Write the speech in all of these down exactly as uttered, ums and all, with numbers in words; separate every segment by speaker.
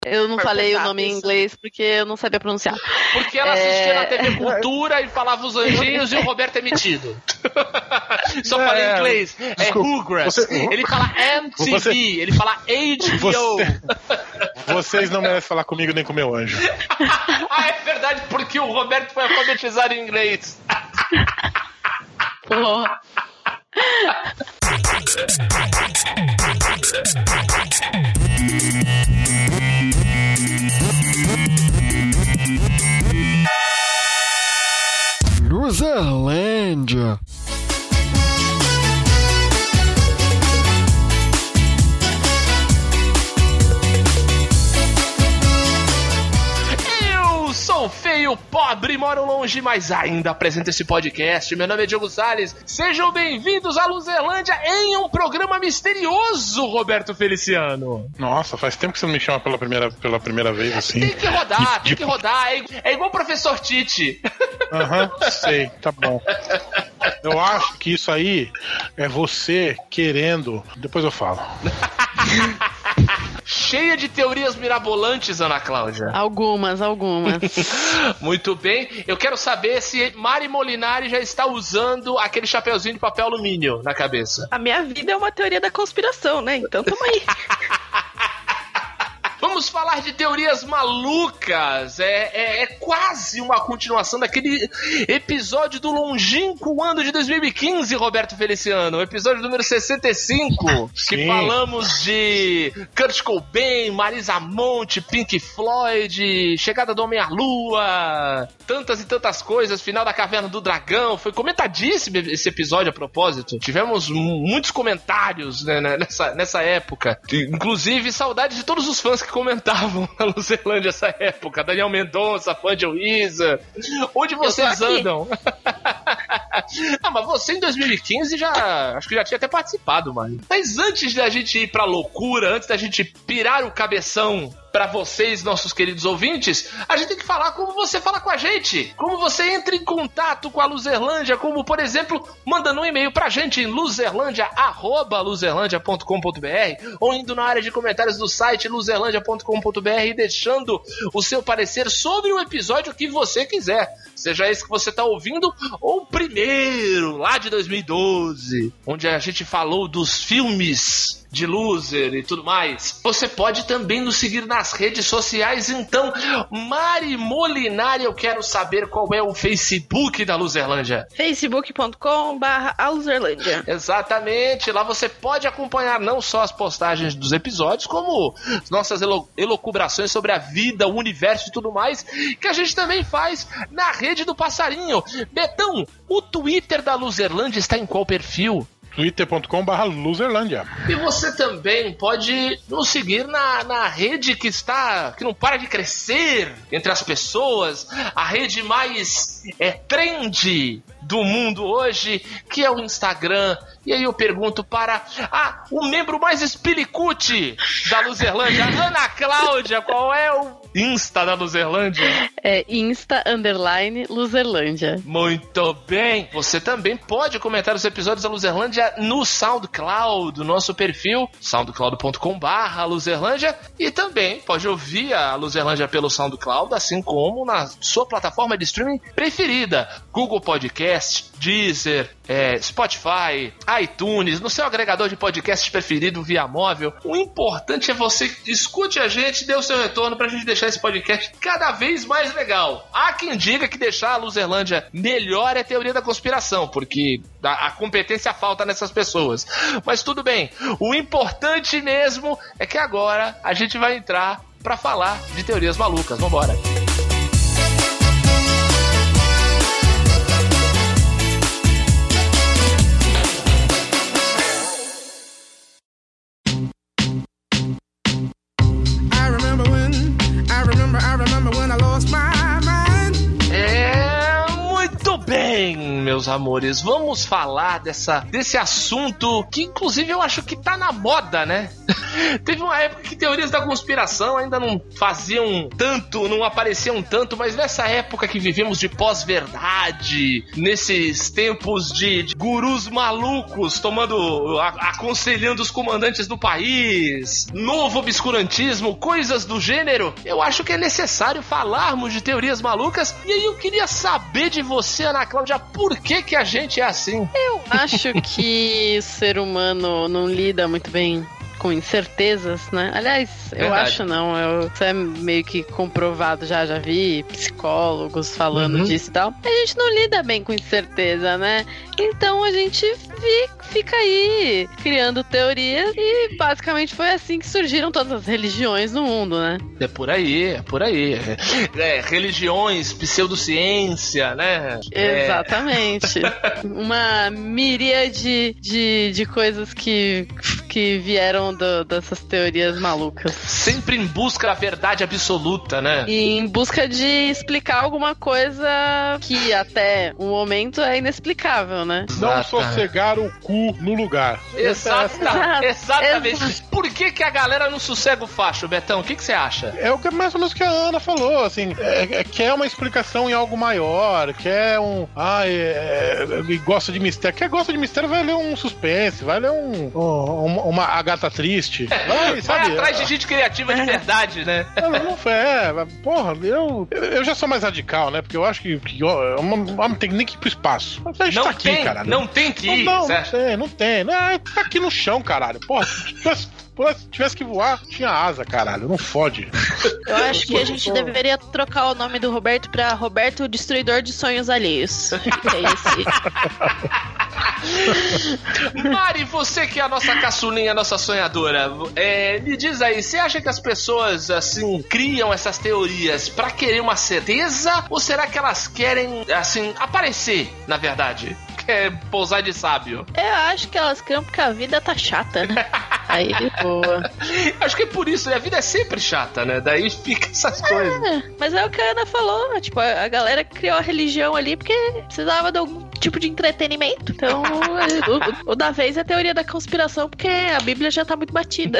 Speaker 1: Eu não
Speaker 2: Vai
Speaker 1: falei o
Speaker 2: pensar,
Speaker 1: nome em
Speaker 2: isso.
Speaker 1: inglês porque eu não sabia pronunciar.
Speaker 3: Porque ela assistia na T V Cultura e falava os anjinhos e o Roberto é metido. Só
Speaker 4: É,
Speaker 3: falei em inglês.
Speaker 4: desculpa,
Speaker 3: é Rugrats.
Speaker 4: você-
Speaker 3: Ele fala M T V,
Speaker 4: você-
Speaker 3: ele fala H B O.
Speaker 4: Você- Vocês não merecem falar comigo nem com meu anjo.
Speaker 3: Ah, é verdade, porque o Roberto foi alfabetizado em inglês.
Speaker 1: Porra.
Speaker 5: Luzerlândia.
Speaker 3: Eu sou feio, pobre, moro longe, mas ainda apresento esse podcast. Meu nome é Diogo Salles. Sejam bem-vindos à Luzerlândia em um programa misterioso, Roberto Feliciano.
Speaker 4: Nossa, faz tempo que você não me chama pela primeira, pela primeira vez assim.
Speaker 3: Tem que rodar,
Speaker 4: De-
Speaker 3: tem que rodar. É, é igual o professor Tite.
Speaker 4: Aham, sei, tá bom. Eu acho que isso aí é você querendo. Depois eu falo.
Speaker 3: Cheia de teorias mirabolantes, Ana Cláudia.
Speaker 1: Algumas, algumas.
Speaker 3: Muito bem. Eu quero saber se Mari Molinari já está usando aquele chapeuzinho de papel alumínio na cabeça.
Speaker 2: A minha vida é uma teoria da conspiração, né? Então tamo aí.
Speaker 3: Vamos falar de teorias malucas. É, é, é quase uma continuação daquele episódio do longínquo ano de dois mil e quinze, Roberto Feliciano. O episódio número sessenta e cinco. Que
Speaker 4: Sim.
Speaker 3: falamos de Kurt Cobain, Marisa Monte, Pink Floyd, chegada do Homem à Lua, tantas e tantas coisas, final da Caverna do Dragão. Foi comentadíssimo esse episódio a propósito. Tivemos mu- muitos comentários, né, nessa, nessa época. Inclusive, saudade de todos os fãs que comentavam na Luzerlândia essa época. Daniel Mendonça, fã de Luísa. Onde vocês
Speaker 2: tô aqui.
Speaker 3: andam? Ah, mas você em dois mil e quinze já... acho que já tinha até participado, mano. Mas antes da gente ir pra loucura, antes da gente pirar o cabeção pra vocês, nossos queridos ouvintes, a gente tem que falar como você fala com a gente. Como você entra em contato com a Luzerlândia, como, por exemplo, mandando um e-mail pra gente em luzerlândia, arroba luzerlândia ponto com ponto br, ou indo na área de comentários do site luzerlândia ponto com ponto br e deixando o seu parecer sobre o episódio que você quiser. Seja esse que você tá ouvindo, ou o primeiro, lá de dois mil e doze, onde a gente falou dos filmes de Loser e tudo mais. Você pode também nos seguir nas redes sociais. Então, Mari Molinari, eu quero saber qual é o Facebook da Luzerlândia.
Speaker 2: facebook ponto com barra aluzerlândia.
Speaker 3: Exatamente, lá você pode acompanhar não só as postagens dos episódios, como nossas elo- elucubrações sobre a vida, o universo e tudo mais, que a gente também faz na rede do Passarinho. Betão, o Twitter da Luzerlândia está em qual perfil?
Speaker 4: twitter ponto com barra Luzerlândia.
Speaker 3: E você também pode nos seguir na, na rede que está, que não para de crescer entre as pessoas, a rede mais é, trendy do mundo hoje, que é o Instagram. E aí eu pergunto para a, o membro mais espilicute da Luzerlândia, Ana Cláudia, qual é o Insta da Luzerlândia?
Speaker 1: É Insta underline Luzerlândia.
Speaker 3: Muito bem! Você também pode comentar os episódios da Luzerlândia no SoundCloud, do nosso perfil, soundcloud ponto com barra Luzerlândia, e também pode ouvir a Luzerlândia pelo SoundCloud, assim como na sua plataforma de streaming preferida, Google Podcast, Deezer, é, Spotify, iTunes, no seu agregador de podcast preferido via móvel. O importante é você escute a gente, dê o seu retorno pra gente deixar esse podcast cada vez mais legal. Há quem diga que deixar a Luzerlândia melhor é teoria da conspiração, porque a, a competência falta nessas pessoas. Mas tudo bem, o importante mesmo é que agora a gente vai entrar pra falar de teorias malucas. Vambora! meus amores, vamos falar dessa, desse assunto que, inclusive, eu acho que tá na moda, né? Teve uma época que teorias da conspiração ainda não faziam tanto, não apareciam tanto, mas nessa época que vivemos de pós-verdade, nesses tempos de, de gurus malucos tomando, a, aconselhando os comandantes do país, novo obscurantismo, coisas do gênero, eu acho que é necessário falarmos de teorias malucas. E aí eu queria saber de você, Ana Cláudia, por que que a gente é assim?
Speaker 1: Eu acho que o ser humano não lida muito bem com incertezas, né? Aliás, eu
Speaker 3: Verdade.
Speaker 1: acho não, eu, isso é meio que comprovado já, já vi psicólogos falando
Speaker 3: Uhum.
Speaker 1: disso e tal. A gente não lida bem com incerteza, né? Então a gente vi, fica aí criando teorias e basicamente foi assim que surgiram todas as religiões no mundo, né?
Speaker 3: É por aí, é por aí. É, é, religiões, pseudociência, né? É,
Speaker 1: Exatamente. Uma miríade de, de coisas que, que vieram do, dessas teorias malucas.
Speaker 3: sempre em busca da verdade absoluta, né?
Speaker 1: E em busca de explicar alguma coisa que até o momento é inexplicável, né?
Speaker 4: Não
Speaker 3: Exata.
Speaker 4: sossegar o cu no lugar.
Speaker 3: Exata,
Speaker 1: Exato.
Speaker 3: exatamente.
Speaker 1: Exato.
Speaker 3: Por que que a galera não sossega o facho, Betão? O que que você acha?
Speaker 4: É o que mais ou menos que a Ana falou, assim, é, é, quer uma explicação em algo maior, quer um. Ah, é, é, gosta de mistério. Quer gosta de mistério, vai ler um suspense, vai ler um, um uma Agatha triste. Vai,
Speaker 3: Vai
Speaker 4: sabe?
Speaker 3: atrás de gente criativa de verdade, né?
Speaker 4: Não, não é, porra, eu, eu já sou mais radical, né? Porque eu acho que, que ó, uma, uma não tem nem que ir pro espaço. A gente
Speaker 3: Não
Speaker 4: tá aqui,
Speaker 3: tem,
Speaker 4: caralho.
Speaker 3: não tem que ir,
Speaker 4: Não, não,
Speaker 3: você
Speaker 4: não
Speaker 3: acha?
Speaker 4: tem, não tem. Não, tá aqui no chão, caralho. Porra, se tivesse, se tivesse que voar, tinha asa, caralho. Não fode.
Speaker 2: Eu acho que a gente deveria trocar o nome do Roberto pra Roberto Destruidor de Sonhos Alheios. Que é esse.
Speaker 3: Mari, você que é a nossa caçulinha, a nossa sonhadora, é, me diz aí, você acha que as pessoas, assim, criam essas teorias pra querer uma certeza ou será que elas querem, assim, aparecer, na verdade? Quer pousar de sábio?
Speaker 2: Eu acho que elas criam porque a vida tá chata, né?
Speaker 1: Aí, boa.
Speaker 3: Acho que é por isso, né? A vida é sempre chata, né? Daí fica essas coisas.
Speaker 2: É, mas é o que a Ana falou, né? Tipo, a a galera criou a religião ali porque precisava de algum tipo de entretenimento. Então, o, o, o da vez é a teoria da conspiração, porque a Bíblia já tá muito batida.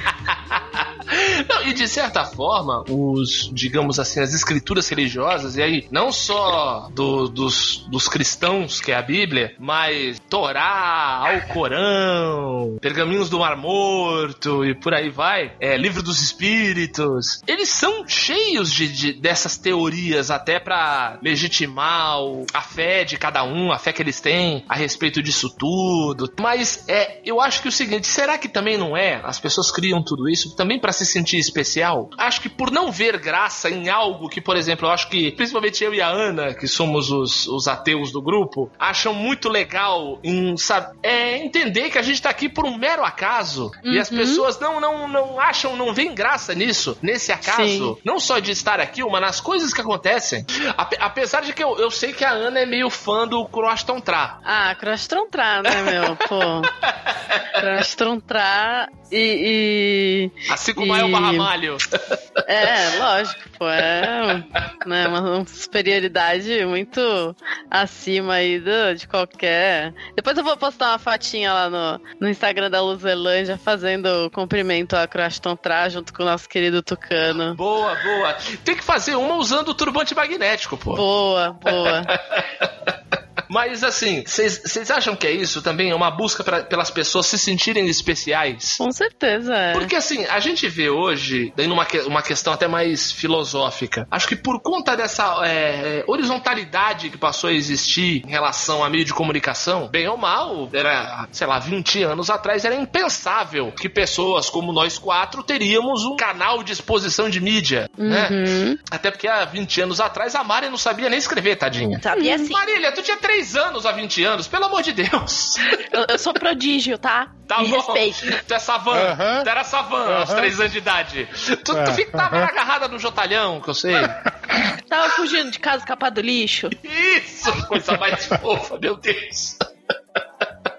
Speaker 3: Não, e de certa forma, os, digamos assim, as escrituras religiosas, e aí não só do, dos, dos cristãos, que é a Bíblia, mas Torá, Alcorão, Pergaminhos do Mar Morto e por aí vai, é, Livro dos Espíritos, eles são cheios de, de, dessas teorias até pra legitimar o, a fé de cada um, a fé que eles têm a respeito disso tudo. Mas é, eu acho que o seguinte, será que também não é? As pessoas criam tudo isso também pra se sentir especial? Acho que por não ver graça em algo que, por exemplo, eu acho que principalmente eu e a Ana, que somos os, os ateus do grupo, acham muito legal em, sabe, é, entender que a gente tá aqui por um mero acaso.
Speaker 1: Uhum.
Speaker 3: E as pessoas não, não, não acham, não veem graça nisso, nesse acaso.
Speaker 1: Sim.
Speaker 3: Não só de estar aqui, mas nas coisas que acontecem. Ape- apesar de que eu, eu sei que a Ana é meio fã do Croaston Tra.
Speaker 1: Ah, Crush Trontra, né, meu? Pô. Crush Trontra e, e.
Speaker 3: Assim como
Speaker 1: E-
Speaker 3: é o Barramalho.
Speaker 1: É, lógico, pô. É né, uma, uma superioridade muito acima aí do, de qualquer. Depois eu vou postar uma fotinha lá no, no Instagram da Luzerlândia fazendo cumprimento a Crush Trontra junto com o nosso querido Tucano.
Speaker 3: Boa, boa. Tem que fazer uma usando o turbante magnético, pô.
Speaker 1: Boa, boa.
Speaker 3: Mas assim, vocês acham que é isso também? É uma busca pra, pelas pessoas se sentirem especiais?
Speaker 1: Com certeza, é.
Speaker 3: Porque assim, a gente vê hoje, daí numa que- uma questão até mais filosófica, acho que por conta dessa é, horizontalidade que passou a existir em relação a meio de comunicação, bem ou mal, era, sei lá, vinte anos atrás, era impensável que pessoas como nós quatro teríamos um canal de exposição de mídia, né?
Speaker 1: Uhum.
Speaker 3: Até porque há vinte anos atrás a Mari não sabia nem escrever, tadinha.
Speaker 2: Sabia assim.
Speaker 3: Marília, tu tinha três anos há vinte anos, pelo amor de Deus.
Speaker 2: Eu, eu sou prodígio, tá?
Speaker 3: Tá
Speaker 2: Me
Speaker 3: bom.
Speaker 2: respeite.
Speaker 3: Tu é savan.
Speaker 4: Aham.
Speaker 3: Tu era savan aos
Speaker 4: Aham.
Speaker 3: três anos de idade. Tu, tu
Speaker 4: É,
Speaker 3: fica, tava
Speaker 4: aham.
Speaker 3: agarrada no jotalhão, que eu sei.
Speaker 2: Tava fugindo de casa escapado do lixo.
Speaker 3: Isso, coisa mais fofa, meu Deus.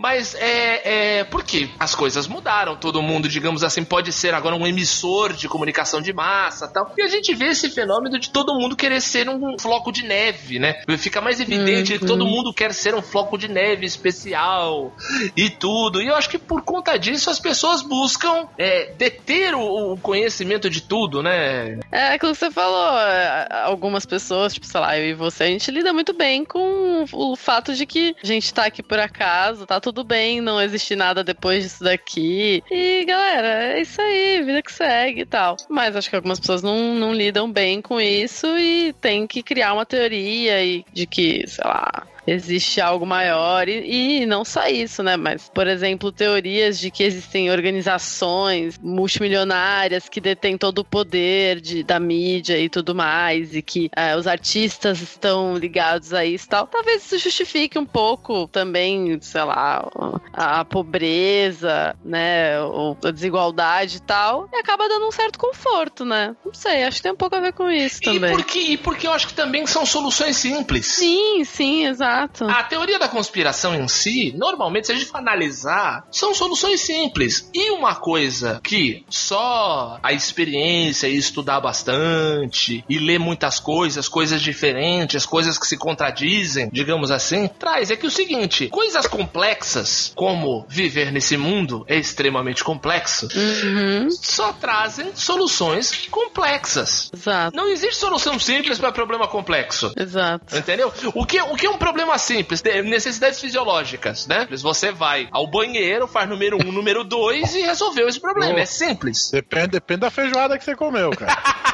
Speaker 3: Mas é, é... Por quê? As coisas mudaram. Todo mundo, digamos assim, pode ser agora um emissor de comunicação de massa e tal. E a gente vê esse fenômeno de todo mundo querer ser um floco de neve, né? Fica mais evidente uhum. que todo mundo quer ser um floco de neve especial e tudo. E eu acho que por conta disso as pessoas buscam é, deter o, o conhecimento de tudo, né?
Speaker 1: É aquilo que você falou. Algumas pessoas, tipo, sei lá, eu e você, a gente lida muito bem com o fato de que a gente tá aqui por acaso, tá tudo bem, não existe nada depois disso daqui. E, galera, é isso aí, vida que segue e tal. Mas acho que algumas pessoas não, não lidam bem com isso e tem que criar uma teoria e de que, sei lá, existe algo maior e, e não só isso, né? Mas, por exemplo, teorias de que existem organizações multimilionárias que detêm todo o poder de, da mídia e tudo mais, e que é, os artistas estão ligados a isso e tal. Talvez isso justifique um pouco também, sei lá, a, a pobreza, né? Ou a desigualdade e tal. E acaba dando um certo conforto, né? Não sei, acho que tem um pouco a ver com isso também.
Speaker 3: E porque, e porque eu acho que também são soluções simples.
Speaker 1: Sim, sim, exato.
Speaker 3: A teoria da conspiração em si, normalmente, se a gente for analisar, são soluções simples. E uma coisa que só a experiência e estudar bastante e ler muitas coisas, coisas diferentes, coisas que se contradizem, digamos assim, traz é que o seguinte, coisas complexas, como viver nesse mundo é extremamente complexo,
Speaker 1: uhum.
Speaker 3: só trazem soluções complexas.
Speaker 1: Exato.
Speaker 3: Não existe solução simples para problema complexo.
Speaker 1: Exato.
Speaker 3: Entendeu? O que, o que é um problema simples? Necessidades fisiológicas, né? Você vai ao banheiro, faz número um, número dois e resolveu esse problema. Oh, é simples.
Speaker 4: Depende, depende da feijoada que você comeu, cara.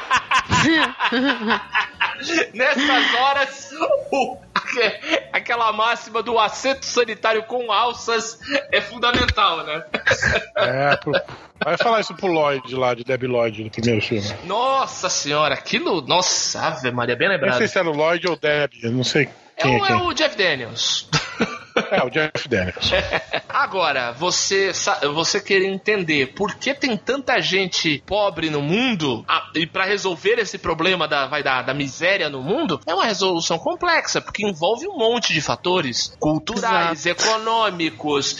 Speaker 3: Nessas horas, o, aquela máxima do assento sanitário com alças é fundamental, né?
Speaker 4: É, pro, vai falar isso pro Lloyd lá, de Debbie Lloyd, no primeiro filme.
Speaker 3: Nossa senhora, aquilo... Nossa, Ave Maria, bem lembrado.
Speaker 4: Não sei se era o Lloyd ou Debbie, eu não sei.
Speaker 3: É o, é o Jeff Daniels.
Speaker 4: É, o Jeff Daniels.
Speaker 3: Agora, você, você querer entender por que tem tanta gente pobre no mundo, a, e pra resolver esse problema da, vai, da, da miséria no mundo, é uma resolução complexa, porque envolve um monte de fatores culturais, exato, econômicos,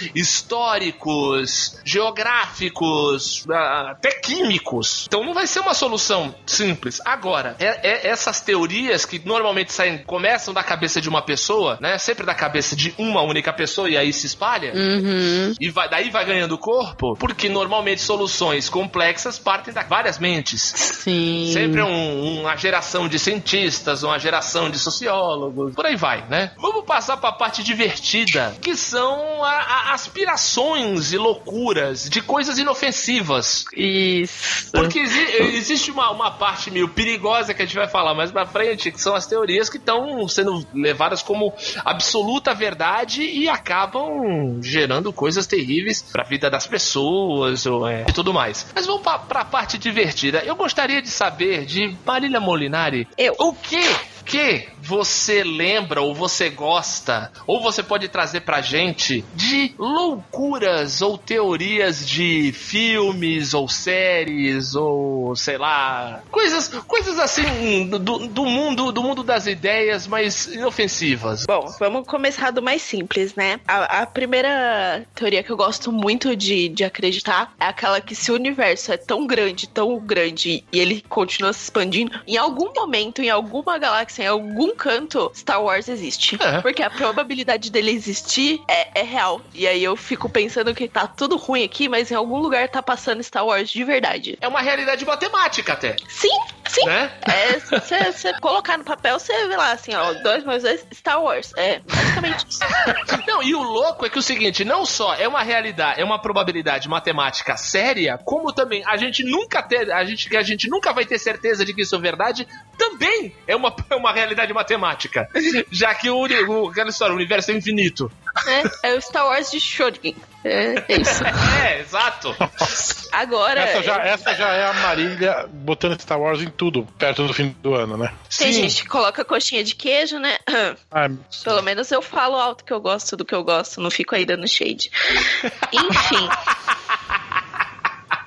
Speaker 3: históricos, geográficos, até químicos. Então não vai ser uma solução simples. Agora, é, é essas teorias que normalmente saem, começam da cabeça de uma pessoa, né? Sempre da cabeça de uma única pessoa e aí se espalha,
Speaker 1: uhum,
Speaker 3: e vai, daí vai ganhando corpo, porque normalmente soluções complexas partem de várias mentes.
Speaker 1: Sim.
Speaker 3: Sempre um, uma geração de cientistas, uma geração de sociólogos, por aí vai, né? Vamos passar para a parte divertida, que são a, a aspirações e loucuras de coisas inofensivas.
Speaker 1: Isso.
Speaker 3: Porque exi- existe uma, uma parte meio perigosa que a gente vai falar mais pra frente, que são as teorias que estão sendo levadas como absoluta verdade e acabam gerando coisas terríveis pra vida das pessoas ou, é, e tudo mais. Mas vamos pra, pra parte divertida. Eu gostaria de saber de Marília Molinari,
Speaker 2: Eu.
Speaker 3: o que que você lembra ou você gosta, ou você pode trazer pra gente de loucuras ou teorias de filmes ou séries ou sei lá, coisas, coisas assim do, do mundo do mundo das ideias, mas inofensivas.
Speaker 2: Bom, vamos começar do mais simples, né? A, a primeira teoria que eu gosto muito de, de acreditar é aquela que se o universo é tão grande, tão grande e ele continua se expandindo, em algum momento, em alguma galáxia, em algum canto, Star Wars existe. É. Porque a probabilidade dele existir é, é real. E aí eu fico pensando que tá tudo ruim aqui, mas em algum lugar tá passando Star Wars de verdade.
Speaker 3: É uma realidade matemática até.
Speaker 2: Sim, sim.
Speaker 3: Né?
Speaker 2: É, se você colocar no papel, você vê lá assim, ó, dois mais dois, Star Wars. É, basicamente isso.
Speaker 3: Não, e o louco é que o seguinte, não só é uma realidade, é uma probabilidade matemática séria, como também a gente nunca ter, a gente, que a gente nunca vai ter certeza de que isso é verdade, também é uma, é uma realidade matemática. Já que o, o, aquela história, o universo é infinito.
Speaker 2: É, é o Star Wars de Schrödinger. É, é isso.
Speaker 3: É, exato.
Speaker 2: Agora...
Speaker 4: Essa já, essa já é a Marília botando Star Wars em tudo, perto do fim do ano, né?
Speaker 2: Tem
Speaker 3: Sim.
Speaker 2: gente que coloca coxinha de queijo, né?
Speaker 4: Ah,
Speaker 2: Pelo menos eu falo alto que eu gosto do que eu gosto, não fico aí dando shade. Enfim...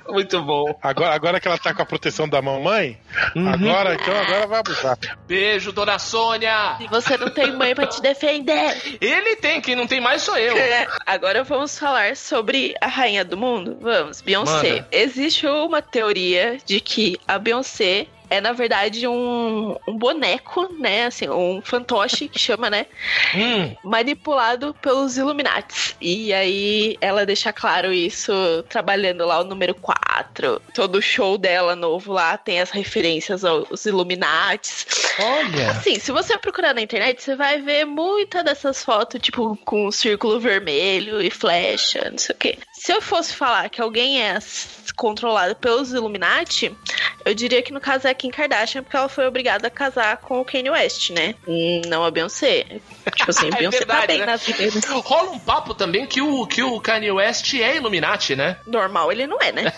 Speaker 3: Muito bom.
Speaker 4: Agora, agora que ela tá com a proteção da mamãe, uhum. agora, então agora vai abusar.
Speaker 3: Beijo, dona Sônia.
Speaker 2: Se você não tem mãe pra te defender.
Speaker 3: Ele tem, quem não tem mais sou eu.
Speaker 2: É, agora vamos falar sobre a rainha do mundo. Vamos, Beyoncé. Manda. Existe uma teoria de que a Beyoncé é, na verdade, um, um boneco, né? Assim, um fantoche, que chama, né? Hum. Manipulado pelos Illuminates. E aí, ela deixa claro isso trabalhando lá o número quatro. Todo o show dela novo lá tem as referências aos Illuminates.
Speaker 3: Olha!
Speaker 2: Assim, se você procurar na internet, você vai ver muitas dessas fotos, tipo, com um círculo vermelho e flecha, não sei o quê. Se eu fosse falar que alguém é controlado pelos Illuminati, eu diria que no caso é a Kim Kardashian, porque ela foi obrigada a casar com o Kanye West, né? Não a Beyoncé. Tipo assim, a Beyoncé é verdade, tá bem, né? Na vida.
Speaker 3: Rola um papo também que o, que o Kanye West é Illuminati, né?
Speaker 2: Normal ele não é, né?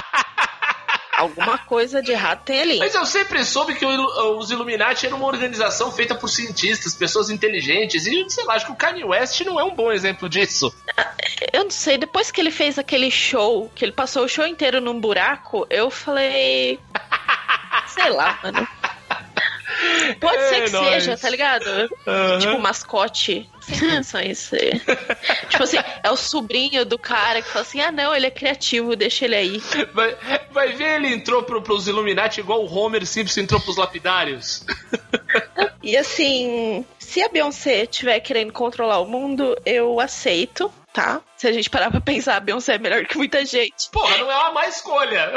Speaker 2: Alguma coisa de errado tem ali.
Speaker 3: Mas eu sempre soube que o, os Illuminati eram uma organização feita por cientistas, pessoas inteligentes, e sei lá, acho que o Kanye West não é um bom exemplo disso.
Speaker 2: Eu não sei, depois que ele fez aquele show, que ele passou o show inteiro num buraco, eu falei... sei lá, mano. Pode é, ser que nóis. Seja, tá ligado? Uhum. Tipo, mascote. Sem intenções. Tipo assim, é o sobrinho do cara que fala assim, ah não, ele é criativo, deixa ele aí.
Speaker 3: Vai, vai ver, ele entrou pro, pros Illuminati igual o Homer Simpson entrou pros lapidários.
Speaker 2: E assim, se a Beyoncé estiver querendo controlar o mundo, eu aceito, tá? Se a gente parar pra pensar, a Beyoncé é melhor que muita gente.
Speaker 3: Porra, não é uma má escolha.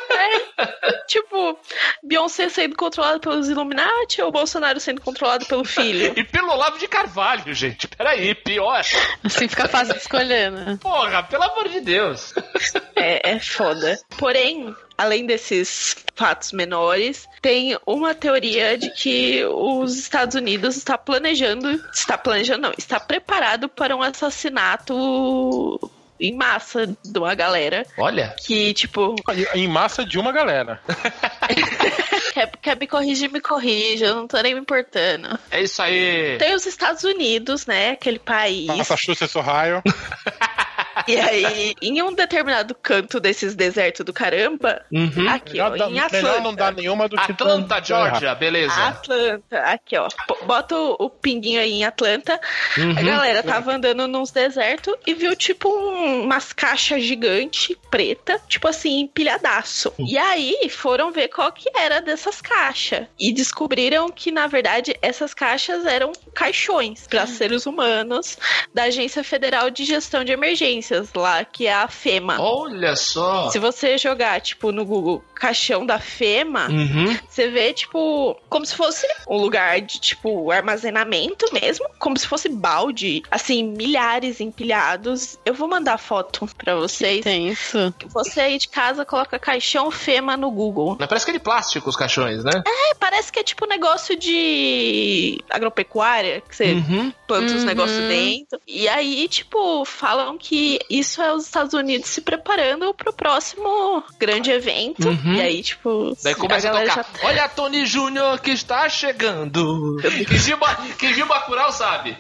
Speaker 2: É, tipo, Beyoncé sendo controlada pelos Illuminati ou Bolsonaro sendo controlado pelo filho?
Speaker 3: E pelo Olavo de Carvalho, gente. Peraí, pior.
Speaker 1: Assim fica fácil de escolher, né?
Speaker 3: Porra, pelo amor de Deus.
Speaker 2: É, é foda. Porém, além desses fatos menores, tem uma teoria de que os Estados Unidos está planejando, está planejando não, está preparado para um assassinato em massa de uma galera.
Speaker 3: Olha.
Speaker 2: Que, tipo...
Speaker 4: Em massa de uma galera.
Speaker 2: quer, quer me corrigir, me corrija. Eu não tô nem me importando.
Speaker 3: É isso aí.
Speaker 2: Tem os Estados Unidos, né? Aquele país.
Speaker 4: Massachusetts, Ohio.
Speaker 2: E aí, em um determinado canto desses desertos do caramba, uhum. aqui, melhor ó, dá, em Atlanta.
Speaker 4: Melhor não dá nenhuma do que...
Speaker 3: Atlanta, Georgia, beleza.
Speaker 2: Atlanta, aqui, ó. Bota o, o pinguinho aí em Atlanta. Uhum. A galera tava andando nos desertos e viu, tipo, um, umas caixas gigantes, preta, tipo assim, empilhadaço. Uhum. E aí, foram ver qual que era dessas caixas. E descobriram que, na verdade, essas caixas eram caixões para seres humanos da Agência Federal de Gestão de Emergências, lá, que é a FEMA.
Speaker 3: Olha só!
Speaker 2: Se você jogar, tipo, no Google, caixão da FEMA, uhum. você vê, tipo, como se fosse um lugar de, tipo, armazenamento mesmo, como se fosse balde, assim, milhares empilhados. Eu vou mandar foto pra vocês.
Speaker 1: Tem isso.
Speaker 2: Você aí de casa coloca caixão FEMA no Google.
Speaker 3: Não parece que é de plástico os caixões, né?
Speaker 2: É, parece que é tipo um negócio de agropecuária, que você uhum. planta os uhum. negócios dentro. E aí, tipo, falam que isso é os Estados Unidos se preparando pro próximo grande evento. Uhum. E aí, tipo...
Speaker 3: Daí começa a, a tocar. Já... Olha a Tony Júnior que está chegando. Que Gilba, que Gilba Cural sabe.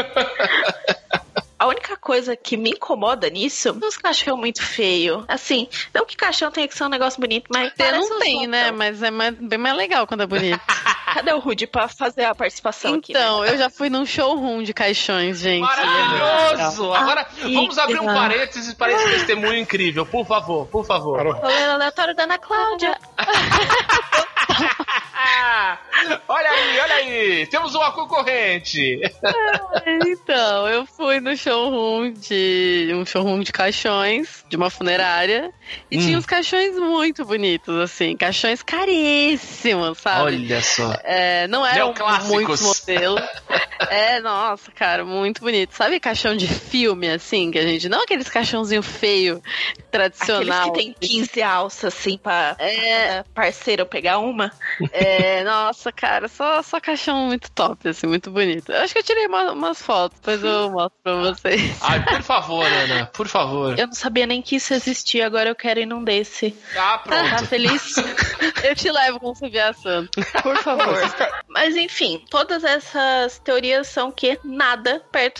Speaker 2: A única coisa que me incomoda nisso, os caixão muito feio. Assim, não que caixão tenha que ser um negócio bonito, mas...
Speaker 1: Não tem, né? Mas é mais, bem mais legal quando é bonito.
Speaker 2: Cadê o Rudy pra fazer a participação
Speaker 1: então,
Speaker 2: aqui? Então,
Speaker 1: né? Eu já fui num showroom de caixões, gente.
Speaker 3: Maravilhoso! Agora, ah, vamos abrir um parênteses para esse testemunho incrível. Por favor, por favor.
Speaker 2: Rolê aleatório da Ana Cláudia.
Speaker 3: Olha aí, olha aí. Temos uma concorrente.
Speaker 1: Então, eu fui no showroom de... Um showroom de caixões, de uma funerária. E hum. tinha uns caixões muito bonitos, assim. Caixões caríssimos, sabe?
Speaker 3: Olha só.
Speaker 1: É, não eram muitos modelos. É, nossa, cara, muito bonito. Sabe caixão de filme, assim, que a gente... Não aqueles caixãozinho feio, tradicional.
Speaker 2: Aqueles que tem quinze alças, assim, pra é... parceiro pegar uma.
Speaker 1: É, nossa, cara, só, só caixão muito top, assim, muito bonito. Eu acho que eu tirei uma, umas fotos, depois eu mostro pra vocês.
Speaker 3: Ai, por favor, Ana, por favor.
Speaker 2: Eu não sabia nem que isso existia, agora eu quero ir num desse.
Speaker 3: Ah, pronto.
Speaker 2: Tá feliz?
Speaker 1: Eu te levo com o subir assando.
Speaker 2: Por favor. Mas enfim, todas essas teorias são que nada perto da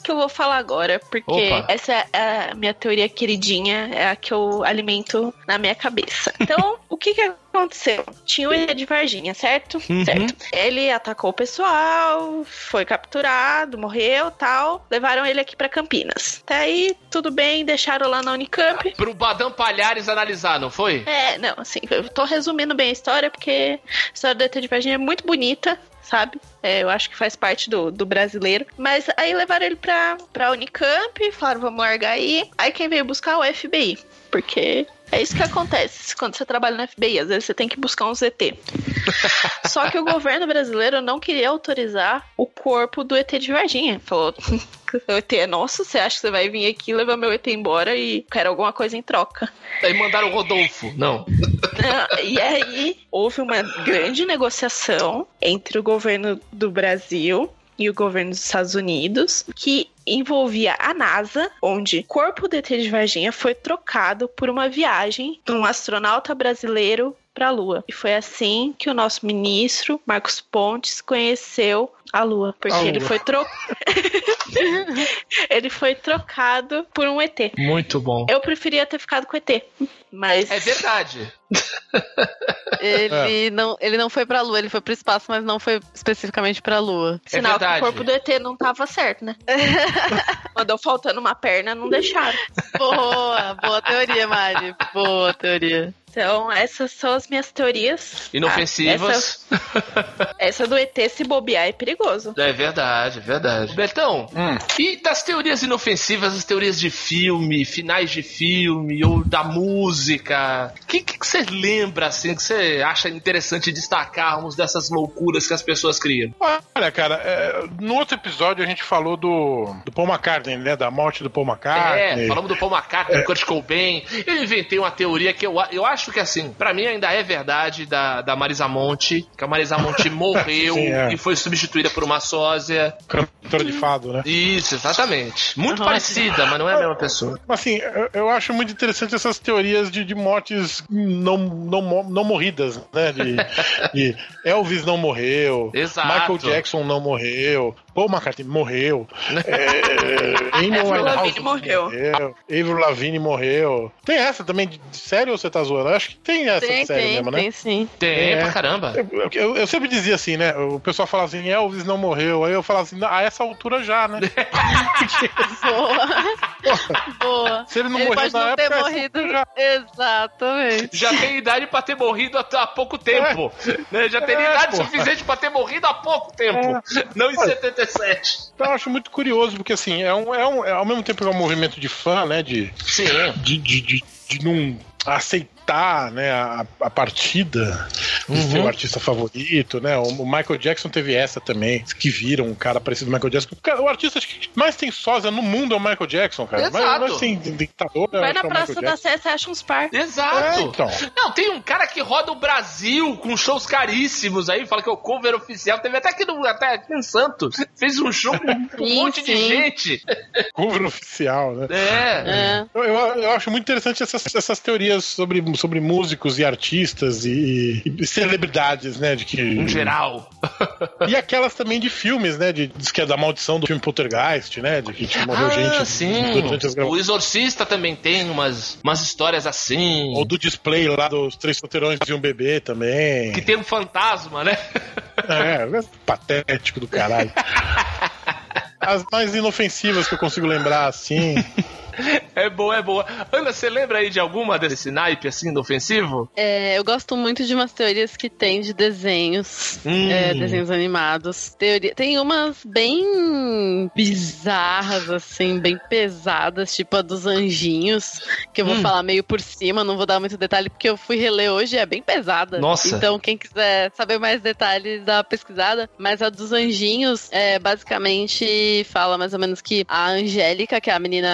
Speaker 2: que eu vou falar agora, porque
Speaker 3: Opa.
Speaker 2: essa é a minha teoria queridinha, é a que eu alimento na minha cabeça. Então, o que que aconteceu? Tinha o E T de Varginha, certo?
Speaker 3: Uhum.
Speaker 2: Certo. Ele atacou o pessoal, foi capturado, morreu, tal. Levaram ele aqui pra Campinas. Até aí, tudo bem, deixaram lá na Unicamp.
Speaker 3: Pro Badam Palhares analisar, não foi?
Speaker 2: É, não, assim, eu tô resumindo bem a história, porque a história do E T de Varginha é muito bonita, sabe? É, eu acho que faz parte do, do brasileiro. Mas aí levaram ele pra, pra Unicamp, falaram, vamos largar aí. Aí quem veio buscar o F B I, porque é isso que acontece quando você trabalha no F B I, às vezes você tem que buscar um Z T. Só que o governo brasileiro não queria autorizar o corpo do E T de Varginha. Falou, o E T é nosso, você acha que você vai vir aqui, levar meu E T embora e quero alguma coisa em troca?
Speaker 3: Aí mandaram o Rodolfo, não.
Speaker 2: E aí houve uma grande negociação entre o governo do Brasil e o governo dos Estados Unidos, que envolvia a NASA, onde o corpo do E T de Varginha foi trocado por uma viagem de um astronauta brasileiro para a Lua. E foi assim que o nosso ministro, Marcos Pontes, conheceu a Lua, porque
Speaker 4: A
Speaker 2: ele
Speaker 4: Lua.
Speaker 2: foi tro... ele foi trocado por um E T.
Speaker 3: Muito bom.
Speaker 2: Eu preferia ter ficado com o E T, mas
Speaker 3: É verdade.
Speaker 1: Ele, não, ele não foi pra Lua, ele foi pro espaço, mas não foi especificamente pra Lua.
Speaker 2: sinal que
Speaker 3: verdade.
Speaker 2: o corpo do E T não tava certo, né? Mandou faltando uma perna, não deixaram.
Speaker 1: Boa, boa teoria, Mari. Boa teoria.
Speaker 2: Então, essas são as minhas teorias.
Speaker 3: Inofensivas.
Speaker 2: Ah, essa, essa do E T, se bobear, é perigoso.
Speaker 3: É verdade, é verdade. Betão,
Speaker 4: Hum.
Speaker 3: e das teorias inofensivas, as teorias de filme, finais de filme, ou da música, o que, que você lembra, assim, que você acha interessante destacarmos dessas loucuras que as pessoas criam?
Speaker 4: Olha, cara, é, no outro episódio a gente falou do, do Paul McCartney, né? Da morte do Paul McCartney.
Speaker 3: É, falamos do Paul McCartney, do Kurt Cobain. Eu inventei uma teoria que eu, eu acho que, assim, pra mim ainda é verdade da, da Marisa Monte, que a Marisa Monte morreu
Speaker 4: Sim, é.
Speaker 3: e foi substituída por uma sósia.
Speaker 4: Cantora de fado, né?
Speaker 3: Isso, exatamente. Muito
Speaker 1: Uhum.
Speaker 3: parecida, mas não é a mesma pessoa.
Speaker 4: Assim, eu, eu acho muito interessante essas teorias de, de mortes não, não, mo- não morridas, né? De, de Elvis não morreu,
Speaker 3: Exato.
Speaker 4: Michael Jackson não morreu, Paul McCartney morreu, é, Amy
Speaker 2: Avril
Speaker 4: Winehouse
Speaker 2: Lavigne morreu.
Speaker 4: Avril Lavigne morreu. Tem essa também, de, de série ou você tá zoando? Eu acho que tem essa
Speaker 1: Tem,
Speaker 4: de série
Speaker 1: tem,
Speaker 4: mesmo, né?
Speaker 1: tem sim.
Speaker 3: Tem,
Speaker 4: É.
Speaker 3: pra caramba.
Speaker 4: Eu, eu- eu sempre dizia assim, né? O pessoal fala assim, Elvis não morreu. Aí eu falava assim, a essa altura já, né?
Speaker 1: Boa. Boa.
Speaker 4: Se ele não
Speaker 1: Ele
Speaker 4: morreu
Speaker 1: pode
Speaker 4: na
Speaker 1: não
Speaker 4: época,
Speaker 1: ter
Speaker 4: essa
Speaker 1: morrido.
Speaker 4: altura já.
Speaker 1: Exatamente.
Speaker 3: Já tem idade pra ter morrido há, há pouco tempo. Né? Já teria
Speaker 4: É,
Speaker 3: idade
Speaker 4: pô.
Speaker 3: suficiente pra ter morrido há pouco tempo. Não em setenta e sete.
Speaker 4: Então eu acho muito curioso, porque assim, é um, é um, é, ao mesmo tempo que é um movimento de fã, né? De,
Speaker 3: Sim.
Speaker 4: de, de, de, de não aceitar, né, a, a partida de
Speaker 3: Uhum.
Speaker 4: seu artista favorito, né? O, o Michael Jackson teve essa também, que viram um cara parecido com o Michael Jackson. Cara, o artista acho que mais tem sósia no mundo é o Michael Jackson, cara.
Speaker 3: Exato.
Speaker 4: Mais, mais tem ditador,
Speaker 2: Vai
Speaker 4: acho
Speaker 2: na
Speaker 4: que é o
Speaker 2: Praça
Speaker 4: Michael
Speaker 2: da
Speaker 4: Jackson.
Speaker 2: Sé, você acha uns par.
Speaker 3: Exato.
Speaker 4: É, então.
Speaker 3: Não, tem um cara que roda o Brasil com shows caríssimos aí, fala que é o cover oficial. Teve até aqui, no, até aqui em Santos. Fez um show com um
Speaker 1: Sim,
Speaker 3: monte de
Speaker 1: sim.
Speaker 3: gente.
Speaker 4: Cover oficial, né?
Speaker 3: É.
Speaker 1: É.
Speaker 4: Eu, eu, eu acho muito interessante essas, essas teorias sobre, sobre músicos e artistas e, e celebridades, né? De que,
Speaker 3: Em geral.
Speaker 4: E aquelas também de filmes, né? De, diz que é da maldição do filme Poltergeist, né? De que tipo, morreu
Speaker 3: Ah,
Speaker 4: gente
Speaker 3: sim.
Speaker 4: durante as
Speaker 3: O
Speaker 4: gravações.
Speaker 3: Exorcista também tem umas, umas histórias assim.
Speaker 4: Ou do display lá dos Três Solteirões e um Bebê também.
Speaker 3: Que tem um fantasma, né?
Speaker 4: É, é patético do caralho. As mais inofensivas que eu consigo lembrar, assim.
Speaker 3: É boa, é boa. Ana, você lembra aí de alguma desse naipe assim, inofensivo?
Speaker 1: É, eu gosto muito de umas teorias que tem de desenhos,
Speaker 3: Hum.
Speaker 1: é, desenhos animados. Teoria, tem umas bem bizarras, assim, bem pesadas, tipo a dos anjinhos, que eu vou
Speaker 3: Hum.
Speaker 1: falar meio por cima, não vou dar muito detalhe, porque eu fui reler hoje e é bem pesada.
Speaker 3: Nossa.
Speaker 1: Então, quem quiser saber mais detalhes, dá uma pesquisada. Mas a dos anjinhos, é, basicamente, fala mais ou menos que a Angélica, que é a menina, acho que é a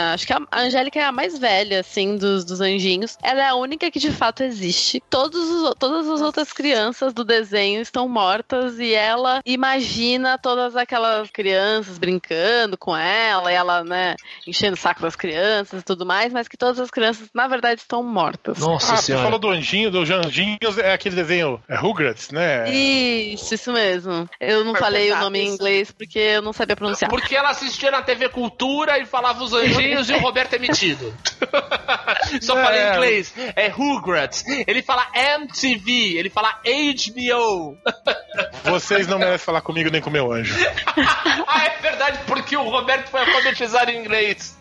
Speaker 1: a Angélica é a mais velha, assim, dos, dos anjinhos. Ela é a única que de fato existe. Todos os, todas as outras crianças do desenho estão mortas e ela imagina todas aquelas crianças brincando com ela e ela, né, enchendo o saco das crianças e tudo mais, mas que todas as crianças, na verdade, estão mortas.
Speaker 3: Nossa
Speaker 4: ah,
Speaker 3: senhora.
Speaker 4: Você falou do anjinho, dos anjinhos, é aquele desenho, é Rugrats, né?
Speaker 1: Isso, isso mesmo. Eu não
Speaker 2: Foi
Speaker 1: falei
Speaker 2: pesado
Speaker 1: o nome
Speaker 2: isso.
Speaker 1: em inglês porque eu não sabia pronunciar.
Speaker 3: Porque ela assistia na T V Cultura e falava os anjinhos e o Roberto é metido. Só
Speaker 4: É.
Speaker 3: falei em inglês. É Rugrats. Ele fala M T V. Ele fala H B O.
Speaker 4: Vocês não merecem falar comigo nem com meu anjo.
Speaker 3: Ah, é verdade, porque o Roberto foi alfabetizado em inglês.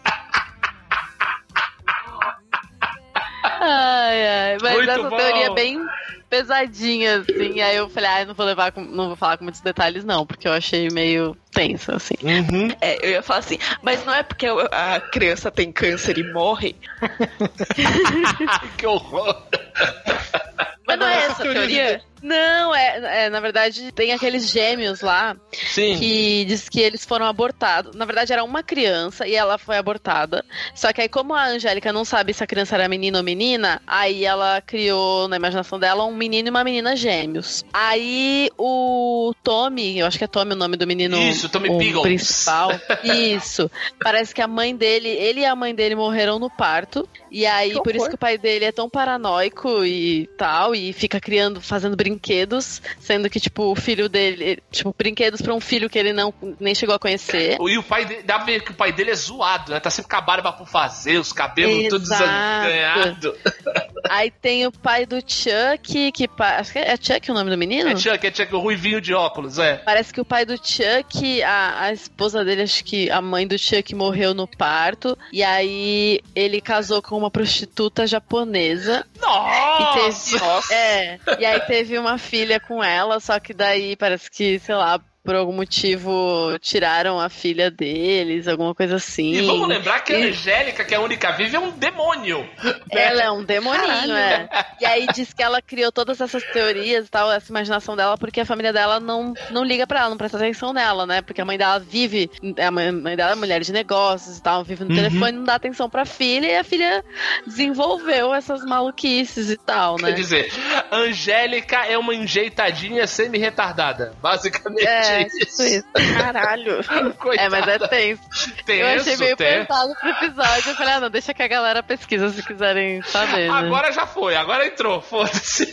Speaker 1: Ai, ai, mas
Speaker 3: Muito
Speaker 1: essa
Speaker 3: bom.
Speaker 1: teoria é bem pesadinha, assim. Aí eu falei, ah, eu não vou levar, com, não vou falar com muitos detalhes, não, porque eu achei meio tenso, assim.
Speaker 3: Uhum.
Speaker 2: É, eu ia falar assim, mas não é porque a criança tem câncer e morre?
Speaker 3: Que horror.
Speaker 2: Mas não é
Speaker 4: essas
Speaker 2: essa a
Speaker 4: teorias
Speaker 2: teoria?
Speaker 1: Não, é, é, na verdade, tem aqueles gêmeos lá
Speaker 3: Sim.
Speaker 1: que diz que eles foram abortados. Na verdade, era uma criança e ela foi abortada. Só que aí, como a Angélica não sabe se a criança era menino ou menina, aí ela criou, na imaginação dela, um menino e uma menina gêmeos. Aí o Tommy, eu acho que é Tommy o nome do menino.
Speaker 3: Isso, Tommy
Speaker 1: o
Speaker 3: Pickles.
Speaker 1: principal. Isso. Parece que a mãe dele, ele e a mãe dele morreram no parto. E aí,
Speaker 2: Que
Speaker 1: por isso
Speaker 2: horror.
Speaker 1: que o pai dele é tão paranoico e tal, e fica criando, fazendo brinquedos, sendo que, tipo, o filho dele, tipo, brinquedos pra um filho que ele não nem chegou a conhecer.
Speaker 3: E o pai dele, dá pra ver que o pai dele é zoado, né? Tá sempre com a barba por fazer, os cabelos todos
Speaker 1: Exato.
Speaker 3: desalinhados.
Speaker 1: Aí tem o pai do Chuck, que pa- acho que é Chuck o nome do menino?
Speaker 3: É Chuck, é Chuck, o ruivinho de óculos, é.
Speaker 1: Parece que o pai do Chuck, a, a esposa dele, acho que a mãe do Chuck morreu no parto, e aí ele casou com uma prostituta japonesa.
Speaker 3: Nossa!
Speaker 1: E teve, é, e aí teve uma filha com ela, só que daí parece que, sei lá, por algum motivo tiraram a filha deles, alguma coisa assim.
Speaker 3: E vamos lembrar que a
Speaker 1: E-
Speaker 3: Angélica, que é a única viva, é um demônio.
Speaker 1: Ela é um demoninho,
Speaker 2: Caralho.
Speaker 1: é. E aí diz que ela criou todas essas teorias e tal, essa imaginação dela, porque a família dela não, não liga pra ela, não presta atenção nela, né? Porque a mãe dela vive, a mãe, mãe dela é mulher de negócios e tal, vive no
Speaker 3: Uhum.
Speaker 1: telefone, não dá atenção pra filha, e a filha desenvolveu essas maluquices e tal,
Speaker 3: Quer
Speaker 1: né?
Speaker 3: dizer, Angélica é uma enjeitadinha semi-retardada. Basicamente
Speaker 1: É,
Speaker 3: isso.
Speaker 1: tipo isso.
Speaker 2: Caralho.
Speaker 3: Coitada.
Speaker 1: É, mas é tenso.
Speaker 3: Tenso,
Speaker 1: Eu achei meio
Speaker 3: tenso.
Speaker 1: pesado pro episódio. Eu falei, ah, não, deixa que a galera pesquisa se quiserem saber, né?
Speaker 3: Agora já foi, agora entrou, foda-se.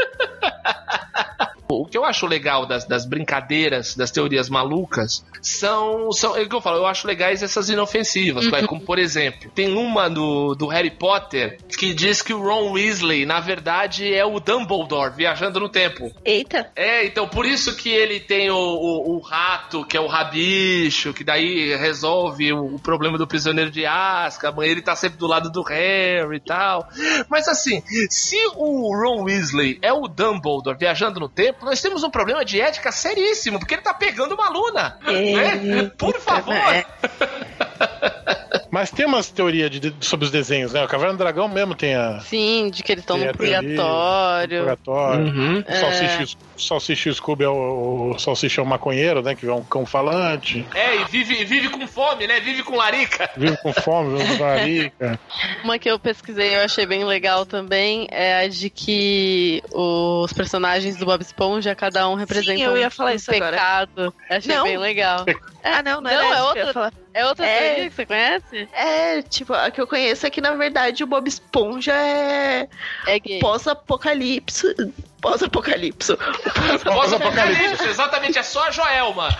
Speaker 3: O que eu acho legal das, das brincadeiras, das teorias malucas, são, são. É o que eu falo, eu acho legais essas inofensivas.
Speaker 1: Uhum.
Speaker 3: Como, por exemplo, tem uma do, do Harry Potter que diz que o Ron Weasley, na verdade, é o Dumbledore viajando no tempo.
Speaker 2: Eita.
Speaker 3: É, então por isso que ele tem o, o, o rato, que é o rabicho, que daí resolve o, o problema do prisioneiro de Azkaban, ele tá sempre do lado do Harry e tal. Mas assim, se o Ron Weasley é o Dumbledore viajando no tempo, nós temos um problema de ética seríssimo, porque ele tá pegando uma aluna. Né? Por favor.
Speaker 2: É.
Speaker 4: Mas tem umas teorias de, de- sobre os desenhos, né? O Caverna do Dragão mesmo tem a.
Speaker 1: Sim, de que eles estão
Speaker 4: tem
Speaker 1: no
Speaker 4: a teoria,
Speaker 1: purgatório.
Speaker 4: purgatório.
Speaker 3: Uhum.
Speaker 4: O Salsicha, o Salsicha e o Scooby é o, o Salsicha é o maconheiro, né? Que é um cão falante.
Speaker 3: É, e vive, vive com fome, né? Vive com larica.
Speaker 4: Vive com fome, vive com larica.
Speaker 1: Uma que eu pesquisei e eu achei bem legal também é a de que os personagens do Bob Esponja, cada um representa
Speaker 2: eu ia
Speaker 1: um-
Speaker 2: falar
Speaker 1: um
Speaker 2: isso agora.
Speaker 1: pecado. Achei
Speaker 2: Não.
Speaker 1: bem legal.
Speaker 2: Ah, não, não,
Speaker 1: Não,
Speaker 2: era
Speaker 1: é
Speaker 2: essa que eu
Speaker 1: outra.
Speaker 2: ia falar.
Speaker 1: É outra
Speaker 2: É.
Speaker 1: teoria que você conhece?
Speaker 2: É, tipo, a que eu conheço é que, na verdade, o Bob Esponja é
Speaker 1: É gay.
Speaker 2: pós-apocalipse. Pós-apocalipse.
Speaker 3: Pós-apocalipse, exatamente, é só a Joelma.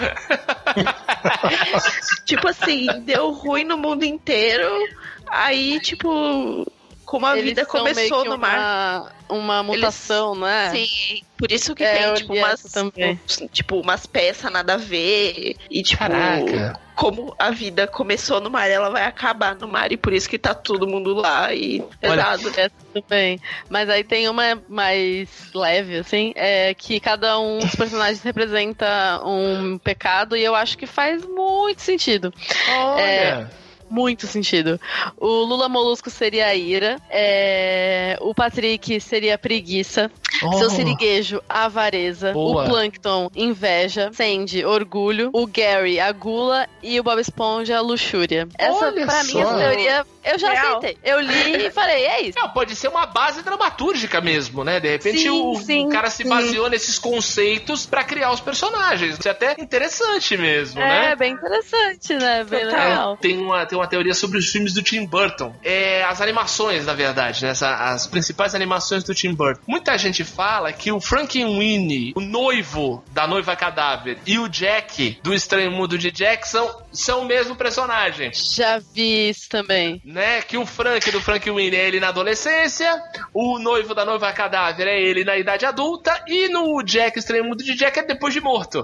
Speaker 2: Tipo assim, deu ruim no mundo inteiro. Aí, tipo, como a
Speaker 1: Eles
Speaker 2: vida
Speaker 1: são meio
Speaker 2: começou
Speaker 1: que
Speaker 2: no mar.
Speaker 1: uma, uma mutação, né?
Speaker 2: Sim, por isso que
Speaker 1: É, eu
Speaker 2: tem, tipo,
Speaker 1: li
Speaker 2: umas,
Speaker 1: essa também.
Speaker 2: tipo, umas peças nada a ver. E, tipo,
Speaker 3: Caraca.
Speaker 2: como a vida começou no mar, ela vai acabar no mar. E por isso que tá todo mundo lá. E
Speaker 3: Olha,
Speaker 2: pesado.
Speaker 1: É, tudo bem. Mas aí tem uma mais leve, assim, é que cada um dos personagens representa um pecado e eu acho que faz muito sentido.
Speaker 3: Olha.
Speaker 1: Muito sentido. O Lula Molusco seria a ira, é, o Patrick seria a preguiça,
Speaker 3: Oh.
Speaker 1: seu siriguejo, a avareza,
Speaker 3: Boa.
Speaker 1: o Plankton, inveja, Sandy, orgulho, o Gary, a gula e o Bob Esponja, a luxúria. Essa,
Speaker 3: Olha
Speaker 1: pra mim,
Speaker 3: só.
Speaker 1: essa teoria eu já
Speaker 2: Real.
Speaker 1: aceitei. Eu li e falei, é isso.
Speaker 3: Não, pode ser uma base dramatúrgica mesmo, né? De repente
Speaker 2: Sim,
Speaker 3: o,
Speaker 2: sim,
Speaker 3: o cara se
Speaker 2: sim.
Speaker 3: baseou nesses conceitos pra criar os personagens. Isso é até interessante mesmo,
Speaker 1: É,
Speaker 3: né?
Speaker 1: bem interessante, né? Bem
Speaker 2: Total.
Speaker 1: legal.
Speaker 3: Tem uma, tem uma teoria sobre os filmes do Tim Burton. É, as animações, na verdade, né? Essa, as principais animações do Tim Burton. Muita gente fala que o Frankenweenie, o noivo da noiva cadáver, e o Jack, do Estranho Mundo de Jack, são, são o mesmo personagem.
Speaker 1: Já vi isso também.
Speaker 3: Né? Que o Frank do Frankenweenie é ele na adolescência, o noivo da noiva cadáver é ele na idade adulta, e no Jack, Estranho Mundo de Jack, é depois de morto.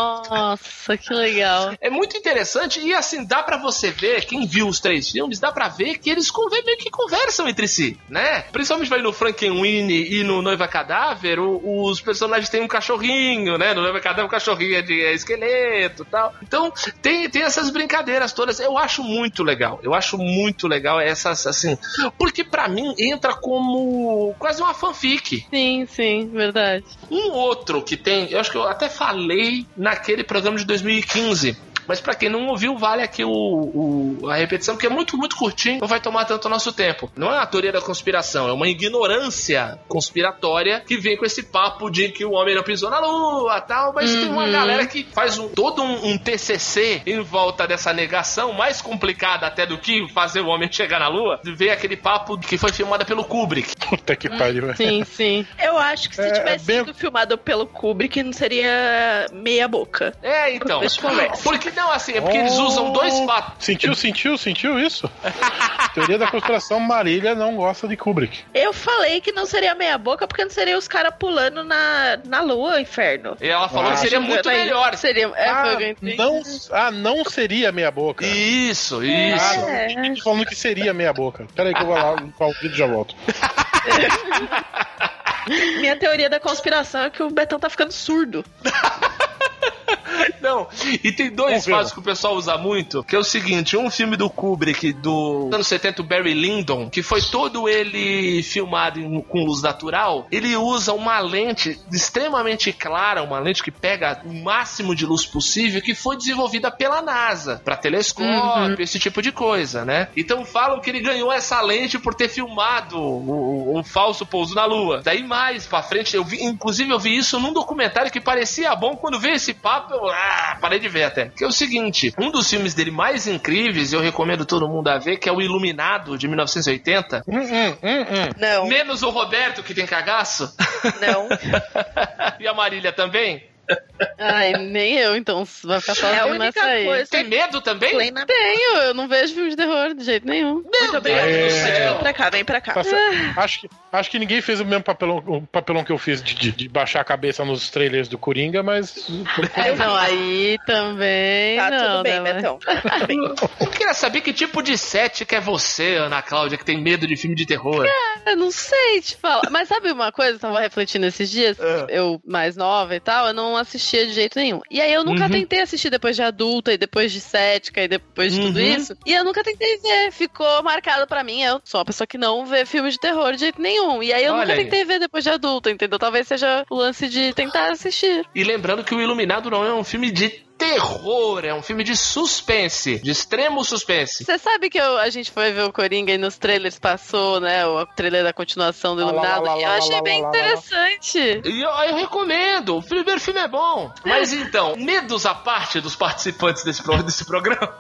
Speaker 1: Nossa, que legal.
Speaker 3: É muito interessante e assim, dá pra você ver, quem viu os três filmes, dá pra ver que eles conver, meio que conversam entre si, né? Principalmente vai no Frankenweenie e no Noiva Cadáver, o, os personagens têm um cachorrinho, né? No Noiva Cadáver o cachorrinho é de é esqueleto e tal. Então, tem, tem essas brincadeiras todas. Eu acho muito legal. Eu acho muito legal essas, assim... Porque pra mim entra como quase uma fanfic.
Speaker 1: Sim, sim, verdade.
Speaker 3: Um outro que tem... Eu acho que eu até falei naquele programa de dois mil e quinze... Mas pra quem não ouviu, vale aqui o, o, a repetição, porque é muito, muito curtinho, não vai tomar tanto o nosso tempo. Não é uma teoria da conspiração, é uma ignorância conspiratória que vem com esse papo de que o homem não pisou na lua e tal, mas uhum. tem uma galera que faz um, todo um, um T C C em volta dessa negação, mais complicada até do que fazer o homem chegar na lua, vem aquele papo que foi filmada pelo Kubrick.
Speaker 4: Puta que pariu, velho.
Speaker 1: Sim, sim.
Speaker 2: Eu acho que se
Speaker 4: É,
Speaker 2: tivesse
Speaker 4: bem-
Speaker 2: sido filmado pelo Kubrick, não seria meia boca.
Speaker 3: É, então.
Speaker 2: Deixa eu conversa.
Speaker 3: Porque não, assim, é porque eles usam dois fatos.
Speaker 4: Sentiu, sentiu, sentiu isso? Teoria da conspiração, Marília não gosta de Kubrick.
Speaker 2: Eu falei que não seria meia boca porque não seria os caras pulando na, na lua, inferno.
Speaker 3: E ela falou
Speaker 4: Ah,
Speaker 3: que seria muito
Speaker 2: aí.
Speaker 3: melhor.
Speaker 1: Seria. É,
Speaker 4: Ah,
Speaker 1: foi o que eu entendi.
Speaker 4: não, ah, não seria meia boca.
Speaker 3: Isso, isso.
Speaker 4: Ah, não, tem gente falando que seria meia boca. Pera aí que eu vou lá limpar o vídeo e já volto.
Speaker 2: Minha teoria da conspiração é que o Betão tá ficando surdo.
Speaker 3: Não, e tem dois
Speaker 4: Confirma.
Speaker 3: fatos que o pessoal usa muito, que é o seguinte, um filme do Kubrick do anos setenta, o Barry Lyndon, que foi todo ele filmado em- com luz natural, ele usa uma lente extremamente clara, uma lente que pega o máximo de luz possível, que foi desenvolvida pela NASA, para telescópio, esse tipo de coisa, né? Então falam que ele ganhou essa lente por ter filmado o- o- um falso pouso na Lua. Daí mais pra frente, eu vi, inclusive eu vi isso num documentário que parecia bom, quando veio esse papo, eu ah, parei de ver até. Que é o seguinte, um dos filmes dele mais incríveis, eu recomendo todo mundo a ver, que é o Iluminado, de mil novecentos e oitenta.
Speaker 4: Hum, hum, hum, hum.
Speaker 2: Não,
Speaker 3: Menos o Roberto, que tem cagaço.
Speaker 2: não.
Speaker 3: E a Marília também.
Speaker 1: Ai, nem eu, então vai ficar
Speaker 2: É a
Speaker 1: sozinho
Speaker 2: única
Speaker 1: nessa aí.
Speaker 2: coisa.
Speaker 3: Tem medo também?
Speaker 2: Plena...
Speaker 1: Tenho, eu não vejo filme de terror de jeito nenhum.
Speaker 2: Muito obrigada.
Speaker 3: Deus do
Speaker 2: Vem
Speaker 3: céu.
Speaker 2: pra cá, vem pra cá.
Speaker 4: Tá certo. Acho que, acho que ninguém fez o mesmo papelão, o papelão que eu fiz de, de- de baixar a cabeça nos trailers do Coringa, mas.
Speaker 1: É, não, aí também.
Speaker 2: Tá,
Speaker 1: não,
Speaker 2: tudo bem,
Speaker 1: né, mas-
Speaker 2: Betão. Tudo bem.
Speaker 3: Eu queria saber que tipo de cética é você, Ana Cláudia, que tem medo de filme de terror.
Speaker 1: Eu não sei te falar. Mas sabe uma coisa? Eu tava refletindo esses dias.
Speaker 3: É.
Speaker 1: Eu, mais nova e tal, eu não assistia de jeito nenhum. E aí eu nunca
Speaker 3: Uhum.
Speaker 1: tentei assistir depois de adulta e depois de cética e depois de tudo
Speaker 3: Uhum.
Speaker 1: isso. E eu nunca tentei ver. Ficou marcado pra mim. Eu sou uma pessoa que não vê filme de terror de jeito nenhum. E aí eu
Speaker 3: Olha
Speaker 1: nunca
Speaker 3: aí.
Speaker 1: tentei ver depois de adulta, entendeu? Talvez seja o lance de tentar assistir.
Speaker 3: E lembrando que o Iluminado não é um filme de terror, é um filme de suspense, de extremo suspense.
Speaker 1: Você sabe que eu- a gente foi ver o Coringa e nos trailers passou, né? O trailer da continuação do
Speaker 4: Lá, lá,
Speaker 1: Iluminado.
Speaker 4: lá, lá,
Speaker 1: E eu
Speaker 4: lá,
Speaker 1: achei
Speaker 4: lá,
Speaker 1: bem
Speaker 4: lá, lá, lá.
Speaker 1: interessante.
Speaker 3: E eu, eu recomendo, o primeiro filme é bom. Mas então, medos à parte dos participantes desse, pro- desse programa.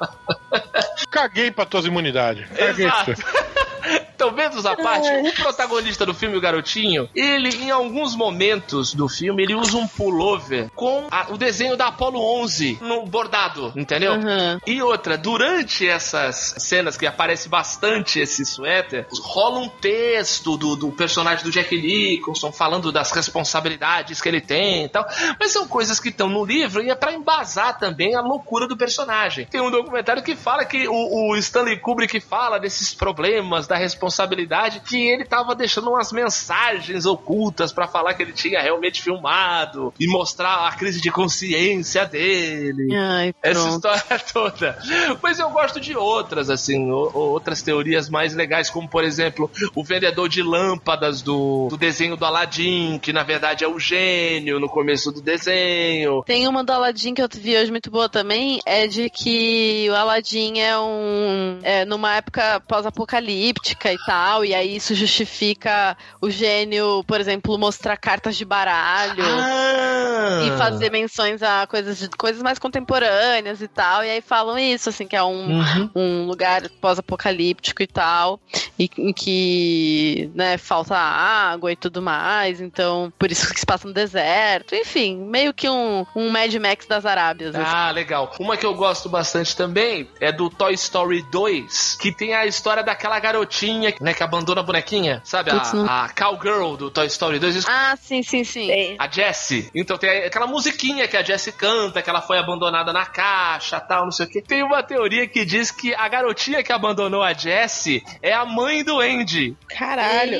Speaker 4: Caguei pra tuas imunidades. Caguei pra
Speaker 3: Exato. Então, medos à parte, o protagonista do filme, o garotinho, ele, em alguns momentos do filme, ele usa um pullover com a- o desenho da Apollo onze no bordado, entendeu?
Speaker 1: Uhum.
Speaker 3: E outra, durante essas cenas que aparece bastante esse suéter, rola um texto do, do personagem do Jack Nicholson falando das responsabilidades que ele tem e tal. Mas são coisas que estão no livro e é pra embasar também a loucura do personagem. Tem um documentário que fala que o, o Stanley Kubrick fala desses problemas da responsabilidade responsabilidade que ele tava deixando umas mensagens ocultas pra falar que ele tinha realmente filmado e mostrar a crise de consciência dele.
Speaker 1: Ai,
Speaker 3: essa história toda. Mas eu gosto de outras, assim, o, outras teorias mais legais, como, por exemplo, o vendedor de lâmpadas do, do desenho do Aladdin, que na verdade é o gênio no começo do desenho.
Speaker 1: Tem uma do Aladdin que eu vi hoje muito boa também, é de que o Aladdin é um... É, numa época pós-apocalíptica e tal, e aí isso justifica o gênio, por exemplo, mostrar cartas de baralho
Speaker 3: ah.
Speaker 1: e fazer menções a coisas, de, coisas mais contemporâneas e tal, e aí falam isso, assim, que é um,
Speaker 3: uhum.
Speaker 1: um lugar pós-apocalíptico e tal, e, em que, né, falta água e tudo mais, então por isso que se passa no deserto, enfim, meio que um, um Mad Max das Arábias.
Speaker 3: Ah,
Speaker 1: assim.
Speaker 3: Legal. Uma que eu gosto bastante também é do Toy Story dois, que tem a história daquela garotinha, né, que abandona a bonequinha, sabe?
Speaker 1: Putz,
Speaker 3: a,
Speaker 1: não...
Speaker 3: a Cowgirl do Toy Story dois.
Speaker 1: Ah, sim, sim, sim.
Speaker 3: A Jessie. Então tem aquela musiquinha que a Jessie canta, que ela foi abandonada na caixa, tal, não sei o quê. Tem uma teoria que diz que a garotinha que abandonou a Jessie é a mãe do Andy.
Speaker 2: Caralho.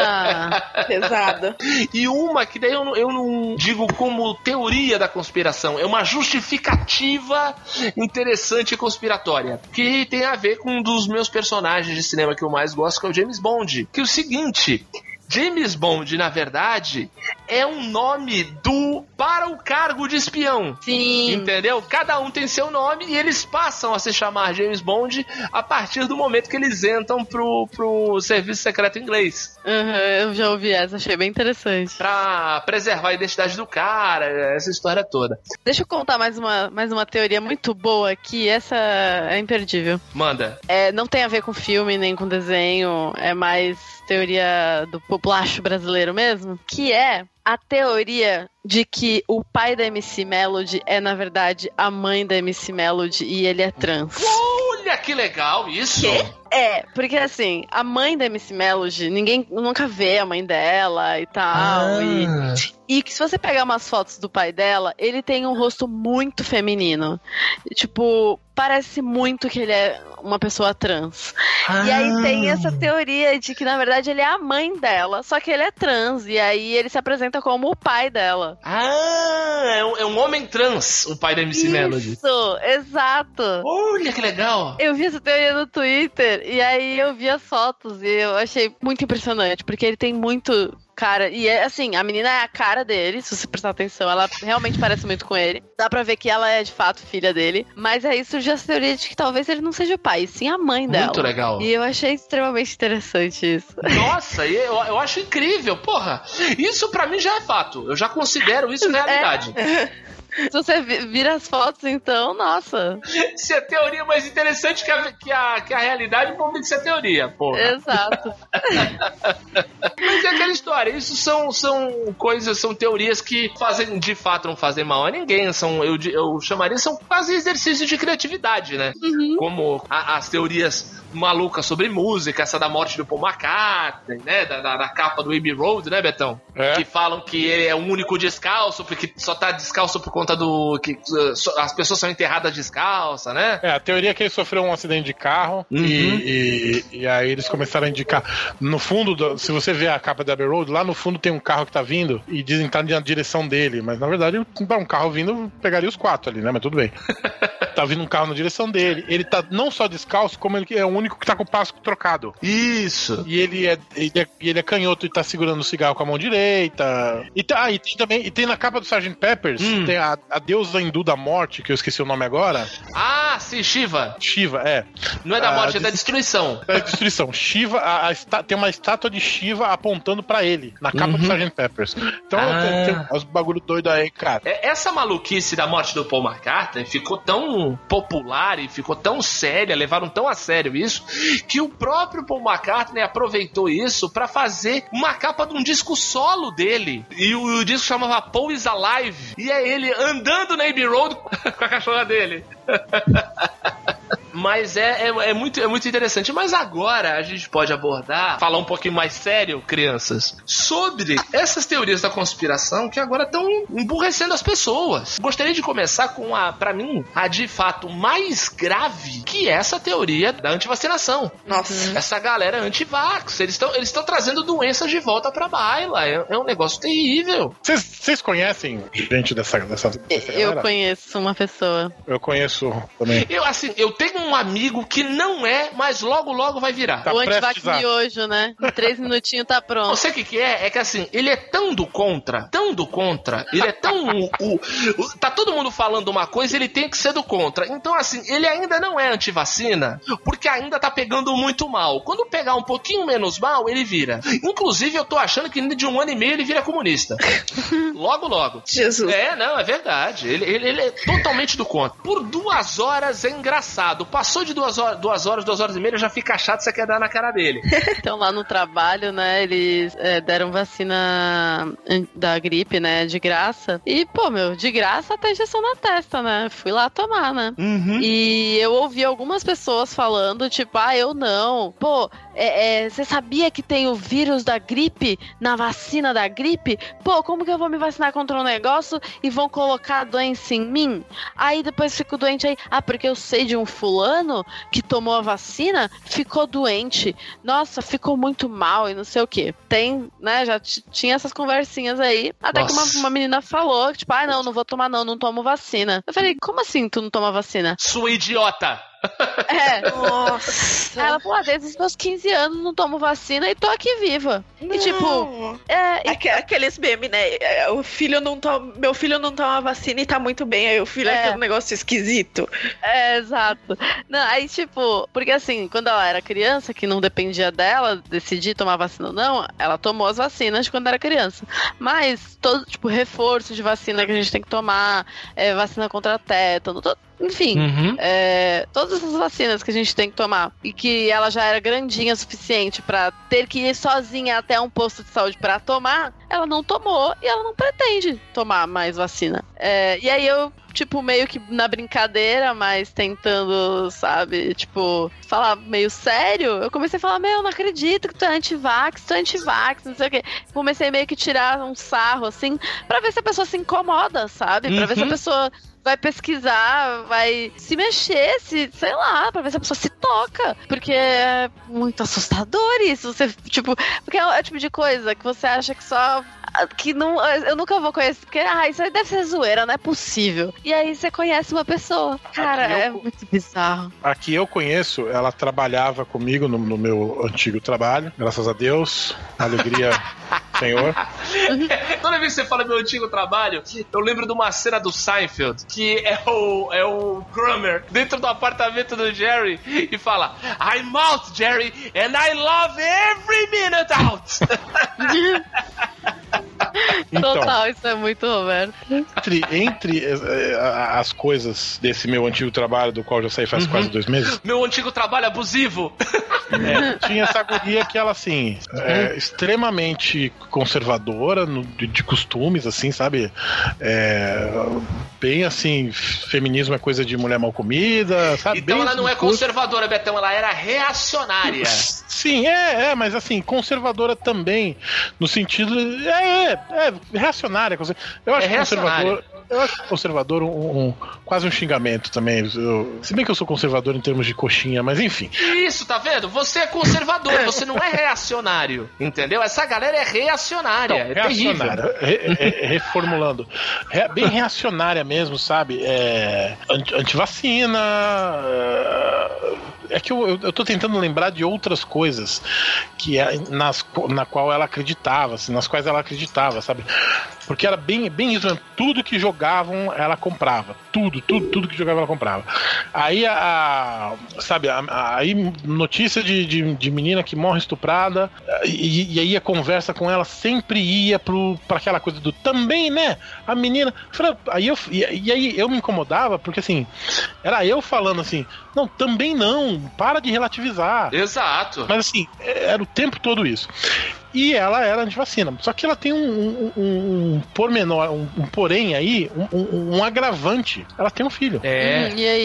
Speaker 1: Eita.
Speaker 2: Pesado.
Speaker 3: E uma que daí eu não, eu não digo como teoria da conspiração, é uma justificativa interessante e conspiratória, que tem a ver com um dos meus personagens de cinema que eu mais gosto, que é o James Bond. Que é o seguinte... James Bond, na verdade, é um nome do para o cargo de espião.
Speaker 1: Sim.
Speaker 3: Entendeu? Cada um tem seu nome e eles passam a se chamar James Bond a partir do momento que eles entram pro, pro serviço secreto inglês.
Speaker 1: Uhum, eu já ouvi essa, achei bem interessante.
Speaker 3: Pra preservar a identidade do cara, essa história toda.
Speaker 1: Deixa eu contar mais uma, mais uma teoria muito boa aqui, essa é imperdível.
Speaker 3: Manda.
Speaker 1: É, não tem a ver com filme, nem com desenho, é mais teoria do populacho brasileiro mesmo, que é a teoria de que o pai da M C Melody é, na verdade, a mãe da M C Melody e ele é trans.
Speaker 3: Olha que legal isso!
Speaker 1: Quê? É, porque assim, a mãe da M C Melody, ninguém nunca vê a mãe dela e tal.
Speaker 3: Ah.
Speaker 1: E, e que se você pegar umas fotos do pai dela, ele tem um rosto muito feminino. Tipo, parece muito que ele é uma pessoa trans.
Speaker 3: Ah.
Speaker 1: E aí tem essa teoria de que, na verdade, ele é a mãe dela, só que ele é trans. E aí ele se apresenta como o pai dela.
Speaker 3: Ah, é um, é um homem trans, o pai da M C Melody.
Speaker 1: Isso, exato.
Speaker 3: Olha que legal.
Speaker 1: Eu vi essa teoria no Twitter e aí eu vi as fotos e eu achei muito impressionante, porque ele tem muito cara, e é assim, a menina é a cara dele, se você prestar atenção, ela realmente parece muito com ele. Dá pra ver que ela é de fato filha dele, mas aí surgiu essa teoria de que talvez ele não seja o pai, sim a mãe dela.
Speaker 3: Muito legal.
Speaker 1: E eu achei extremamente interessante isso.
Speaker 3: Nossa, eu, eu acho incrível, porra. Isso pra mim já é fato, eu já considero isso realidade.
Speaker 1: É. Se você vira as fotos, então, nossa.
Speaker 3: Se a teoria é mais interessante que a, que a, que a realidade, vamos ver que isso é teoria, porra.
Speaker 1: Exato.
Speaker 3: Mas é aquela história, isso são, são coisas, são teorias que fazem, de fato, não fazem mal a ninguém. São, eu, eu chamaria, são quase exercícios de criatividade, né? Uhum. Como a, as teorias malucas sobre música, essa da morte do Paul McCartney, né? Da, da, da capa do Abbey Road, né, Betão? É. Que falam que ele é o único descalço, porque só tá descalço por conta do... que uh, as pessoas são enterradas descalças, né?
Speaker 4: É, a teoria é que ele sofreu um acidente de carro uhum. e, e, e aí eles começaram a indicar. No fundo, do, se você ver a capa da Abbey Road, lá no fundo tem um carro que tá vindo e dizem que tá na direção dele, mas na verdade, um carro vindo pegaria os quatro ali, né? Mas tudo bem. Tá vindo um carro na direção dele. Ele tá não só descalço, como ele é o único que tá com o passo trocado.
Speaker 3: Isso.
Speaker 4: E ele é, ele é, ele é canhoto e tá segurando o cigarro com a mão direita. E, tá, ah, e tem também, e tem na capa do sargento Peppers, hum. tem a, a deusa hindu da morte, que eu esqueci o nome agora.
Speaker 3: Ah, sim, Shiva.
Speaker 4: Shiva, é.
Speaker 3: Não é da morte,
Speaker 4: a,
Speaker 3: é da destruição.
Speaker 4: É da destruição. Shiva, a, a, tem uma estátua de Shiva apontando pra ele, na capa uhum. do sargento Peppers. Então ah. tem, tem uns bagulho doido aí, cara.
Speaker 3: Essa maluquice da morte do Paul McCartney ficou tão popular e ficou tão séria, levaram tão a sério isso, que o próprio Paul McCartney aproveitou isso pra fazer uma capa de um disco solo dele. E o, o disco chamava Paul is Alive. E é ele andando na Abbey Road com a cachorra dele. Mas é, é, é, muito, é muito interessante. Mas agora a gente pode abordar, falar um pouquinho mais sério, crianças, sobre essas teorias da conspiração que agora estão emburrecendo as pessoas. Gostaria de começar com a, pra mim, a de fato mais grave, que é essa teoria da antivacinação.
Speaker 2: Nossa.
Speaker 3: Essa galera anti-vax, eles estão eles estão trazendo doenças de volta pra baila. É, é um negócio terrível.
Speaker 4: Vocês conhecem gente dessa, dessa, dessa
Speaker 1: Eu
Speaker 4: galera?
Speaker 1: conheço uma pessoa.
Speaker 4: Eu conheço também.
Speaker 3: Eu, assim, eu tenho um amigo que não é, mas logo, logo vai virar.
Speaker 4: Tá
Speaker 1: o antivax
Speaker 4: prestes a-
Speaker 1: miojo, né? Em três minutinhos tá
Speaker 3: Não
Speaker 1: pronto.
Speaker 3: sei o que que é, é que assim, ele é tão do contra, tão do contra, ele é tão... o, o- o- tá todo mundo falando uma coisa, ele tem que ser do contra. Então, assim, ele ainda não é antivacina, porque ainda tá pegando muito mal. Quando pegar um pouquinho menos mal, ele vira. Inclusive, eu tô achando que de um ano e meio ele vira comunista. Logo, logo.
Speaker 2: Jesus.
Speaker 3: É, não, é verdade. Ele, ele, ele é totalmente do contra. Por duas horas é engraçado. Passou de duas horas, duas horas, duas horas e meia, já fica chato, você quer dar na cara dele.
Speaker 1: Então lá no trabalho, né, eles é, deram vacina da gripe, né, de graça. E, pô, meu, de graça até injeção na testa, né? Fui lá tomar, né?
Speaker 3: Uhum.
Speaker 1: E eu ouvi algumas pessoas falando, tipo, ah, eu não. Pô, é, é, você sabia que tem o vírus da gripe na vacina da gripe? Pô, como que eu vou me vacinar contra um negócio e vão colocar a doença em mim? Aí depois fico doente aí. Ah, porque eu sei de um fulano que tomou a vacina, ficou doente. Nossa, ficou muito mal e não sei o que. Tem, né, já t- tinha essas conversinhas aí. Até
Speaker 3: Nossa.
Speaker 1: que uma, uma menina falou, tipo, ah, não, não vou tomar não, não tomo vacina. Eu falei, como assim tu não toma vacina?
Speaker 3: Sua idiota!
Speaker 1: É.
Speaker 2: Nossa.
Speaker 1: Ela falou, ah, desde os meus quinze anos não tomo vacina e tô aqui viva. E tipo,
Speaker 2: Não.
Speaker 1: é, e-
Speaker 2: Aque- Aqueles memes, né? É, O filho não toma, meu filho não toma vacina e tá muito bem. Aí o filho é,
Speaker 1: É.
Speaker 2: aquele negócio esquisito.
Speaker 1: é, exato. Não, aí tipo, porque assim, quando ela era criança, que não dependia dela decidir tomar vacina ou não, ela tomou as vacinas de quando era criança. Mas todo, tipo, reforço de vacina que a gente tem que tomar, é, vacina contra tétano, to- enfim,
Speaker 3: Uhum.
Speaker 1: é, todas essas vacinas que a gente tem que tomar e que ela já era grandinha o suficiente pra ter que ir sozinha até um posto de saúde pra tomar, ela não tomou e ela não pretende tomar mais vacina. É, e aí eu, tipo, meio que na brincadeira, mas tentando, sabe, tipo, falar meio sério, eu comecei a falar, meu, não acredito que tu é anti-vax, tu é anti-vax, não sei o quê. Comecei meio que tirar um sarro, assim, pra ver se a pessoa se incomoda, sabe? Pra ver se a
Speaker 3: Uhum.
Speaker 1: pessoa vai pesquisar, vai se mexer, se, sei lá, pra ver se a pessoa se toca. Porque é muito assustador isso. Você, tipo, porque é o tipo de coisa que você acha que só. Que não. Eu nunca vou conhecer. Porque, ah, isso aí deve ser zoeira, não é possível. E aí você conhece uma pessoa. Cara,
Speaker 4: Aqui eu-
Speaker 1: é muito bizarro.
Speaker 4: Aqui eu conheço, ela trabalhava comigo no, no meu antigo trabalho, graças a Deus, alegria, Senhor.
Speaker 3: Toda vez que você fala meu antigo trabalho, eu lembro de uma cena do Seinfeld, que é o, é o Kramer dentro do apartamento do Jerry e fala: I'm out, Jerry, and I love every minute out.
Speaker 4: Então,
Speaker 1: Total, isso é muito Roberto.
Speaker 4: entre, entre eh, eh, as coisas desse meu antigo trabalho, do qual eu já saí faz
Speaker 3: Uhum.
Speaker 4: quase dois meses,
Speaker 3: Meu antigo trabalho abusivo.
Speaker 4: é, tinha essa guria que ela, assim, é extremamente conservadora no- de, de costumes, assim, sabe? É, bem assim, feminismo é coisa de mulher mal comida, sabe?
Speaker 3: Então
Speaker 4: Bem
Speaker 3: ela não é
Speaker 4: discurso.
Speaker 3: conservadora, Betão, ela era reacionária.
Speaker 4: Sim, é, é, mas assim, conservadora também, no sentido. É, é, é reacionária. conser- Eu acho
Speaker 3: É reacionária.
Speaker 4: conservador. Eu acho conservador um, um- quase um xingamento também. Eu- se bem que eu sou conservador em termos de coxinha, mas enfim.
Speaker 3: Isso, tá vendo? Você é conservador, você não é reacionário, entendeu? Essa galera é reacionária, é terrível.
Speaker 4: reacionária. Re- re- reformulando. Re- bem reacionária mesmo, sabe? É, anti- antivacina. É, é que eu, eu, eu tô tentando lembrar de outras coisas que é, nas, na qual ela acreditava, assim, nas quais ela acreditava, sabe? Porque era bem, bem isso mesmo. Tudo que jogavam, ela comprava. Tudo, tudo, tudo que jogava, ela comprava. Aí, a, a- sabe, a, a- aí notícia de, de, de menina que morre estuprada, e, e aí a conversa com ela sempre ia pro, pra aquela coisa do também, né? A menina. Aí eu, e, e aí eu me incomodava, porque assim, era eu falando assim, não, também não, para de relativizar.
Speaker 3: Exato.
Speaker 4: Mas assim, era o tempo todo isso. E ela era antivacina. Só que ela tem um, um, um, um pormenor, um, um porém aí, um, um, um agravante. Ela tem um filho.
Speaker 3: É.
Speaker 1: Hum, e aí?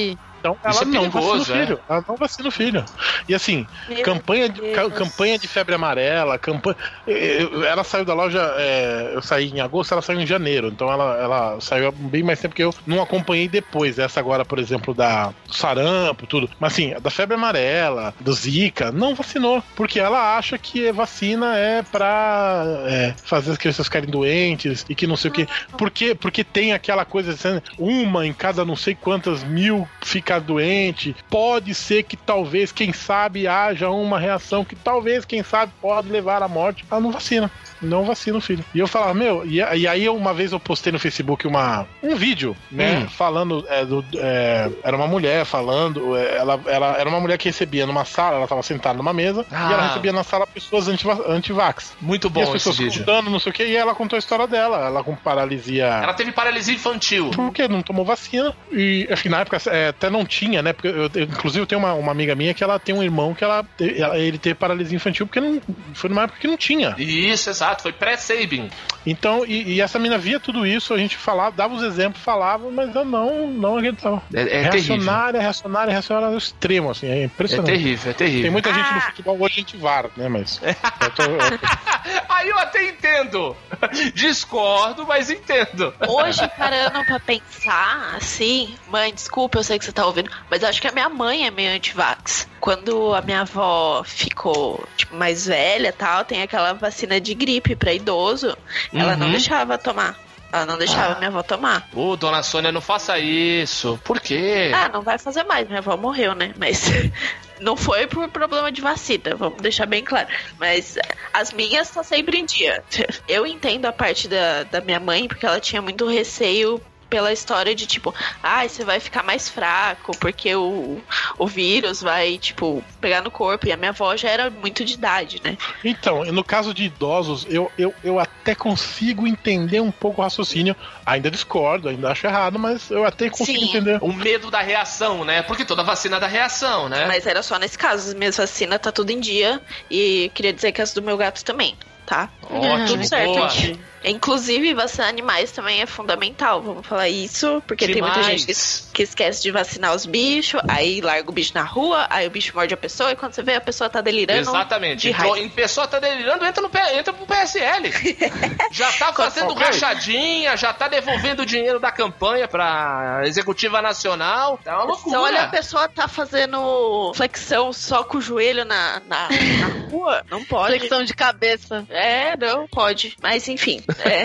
Speaker 4: Então ela
Speaker 3: Isso é
Speaker 4: não
Speaker 3: perigoso,
Speaker 4: vacina o filho.
Speaker 3: é.
Speaker 4: Ela não vacina o filho. E assim,
Speaker 2: Meu
Speaker 4: campanha de, ca-
Speaker 2: Deus.
Speaker 4: campanha de febre amarela, campanha. eu- Ela saiu da loja, é, eu saí em agosto, ela saiu em janeiro. Então ela, ela saiu há bem mais tempo que eu não acompanhei depois. Essa agora, por exemplo, da do sarampo, tudo. Mas assim, da febre amarela, do Zika, não vacinou. Porque ela acha que a vacina é pra é, fazer as crianças ficarem doentes e que não sei o quê. Por quê? Porque tem aquela coisa assim, uma em cada não sei quantas mil fica doente. Pode ser que talvez, quem sabe, haja uma reação que talvez, quem sabe, pode levar à morte. Ela não vacina. Não vacina o filho. E eu falava, meu, e, e aí uma vez eu postei no Facebook uma, um vídeo, né,
Speaker 3: Hum.
Speaker 4: falando, é, do, é, era uma mulher falando, é, ela, ela era uma mulher que recebia numa sala, ela tava sentada numa mesa,
Speaker 3: Ah.
Speaker 4: e ela recebia na sala pessoas anti-va- anti-vax.
Speaker 3: Muito
Speaker 4: E as
Speaker 3: bom esse
Speaker 4: pessoas
Speaker 3: vídeo.
Speaker 4: contando, não sei o que, e ela contou a história dela, ela com paralisia...
Speaker 3: Ela teve paralisia infantil.
Speaker 4: Porque não tomou vacina. E acho que na época é, até não tinha, né? Porque eu, eu- inclusive eu tenho uma, uma amiga minha que ela tem um irmão que ela, ela- ele teve paralisia infantil porque não, foi numa época que não tinha.
Speaker 3: Isso, exato. Foi pré-Sabin.
Speaker 4: Então, e, e essa mina via tudo isso, a gente falava, dava os exemplos, falava, mas eu não, não acreditava.
Speaker 3: É, é terrível.
Speaker 4: reacionária, reacionária, reacionária ao extremo, assim, é
Speaker 3: É
Speaker 4: impressionante.
Speaker 3: terrível, é terrível.
Speaker 4: Tem muita gente no
Speaker 2: Ah.
Speaker 4: futebol hoje, a gente vara, né? Mas. eu tô- eu tô-
Speaker 3: Aí eu até entendo. Discordo, mas entendo.
Speaker 2: Hoje, parando pra pensar, assim, mãe, desculpa, eu sei que você tá ouvindo, mas eu acho que a minha mãe é meio anti-vax. Quando a minha avó ficou, tipo, mais velha e tal, tem aquela vacina de gripe pra idoso, ela não
Speaker 3: Uhum.
Speaker 2: deixava tomar. Ela não deixava minha avó tomar.
Speaker 3: Ô, dona Sônia, não faça isso. Por quê?
Speaker 2: Ah, não vai fazer mais, minha avó morreu, né? Mas não foi por problema de vacina, vamos deixar bem claro. Mas as minhas tá sempre em dia. Eu entendo a parte da, da minha mãe, porque ela tinha muito receio pela história de tipo, ai, ah, você vai ficar mais fraco, porque o, o vírus vai, tipo, pegar no corpo. E a minha avó já era muito de idade, né?
Speaker 4: Então, no caso de idosos, eu, eu, eu até consigo entender um pouco o raciocínio. Ainda discordo, ainda acho errado, mas eu até consigo
Speaker 2: Sim.
Speaker 4: entender.
Speaker 3: O medo da reação, né? Porque toda vacina dá reação, né?
Speaker 2: Mas era só nesse caso, as minhas vacinas tá tudo em dia. E queria dizer que as do meu gato também, tá?
Speaker 3: Ótimo,
Speaker 2: Tudo certo,
Speaker 3: boa.
Speaker 2: gente. Inclusive, vacinar animais também é fundamental. Vamos falar isso, porque tem muita
Speaker 3: Demais.
Speaker 2: gente que, que esquece de vacinar os bichos, aí larga o bicho na rua, aí o bicho morde a pessoa, e quando você vê, a pessoa tá delirando.
Speaker 3: Exatamente.
Speaker 2: de
Speaker 3: Entrou,
Speaker 2: raiva.
Speaker 3: em pessoa tá delirando, entra no, P- entra pro P S L. Já tá fazendo
Speaker 4: Ok.
Speaker 3: rachadinha, já tá devolvendo o dinheiro da campanha pra Executiva Nacional. Tá uma loucura.
Speaker 2: Então, olha, a pessoa tá fazendo flexão só com o joelho na, na, na rua. Não pode.
Speaker 1: Flexão de cabeça.
Speaker 2: É, não pode. Mas enfim, é.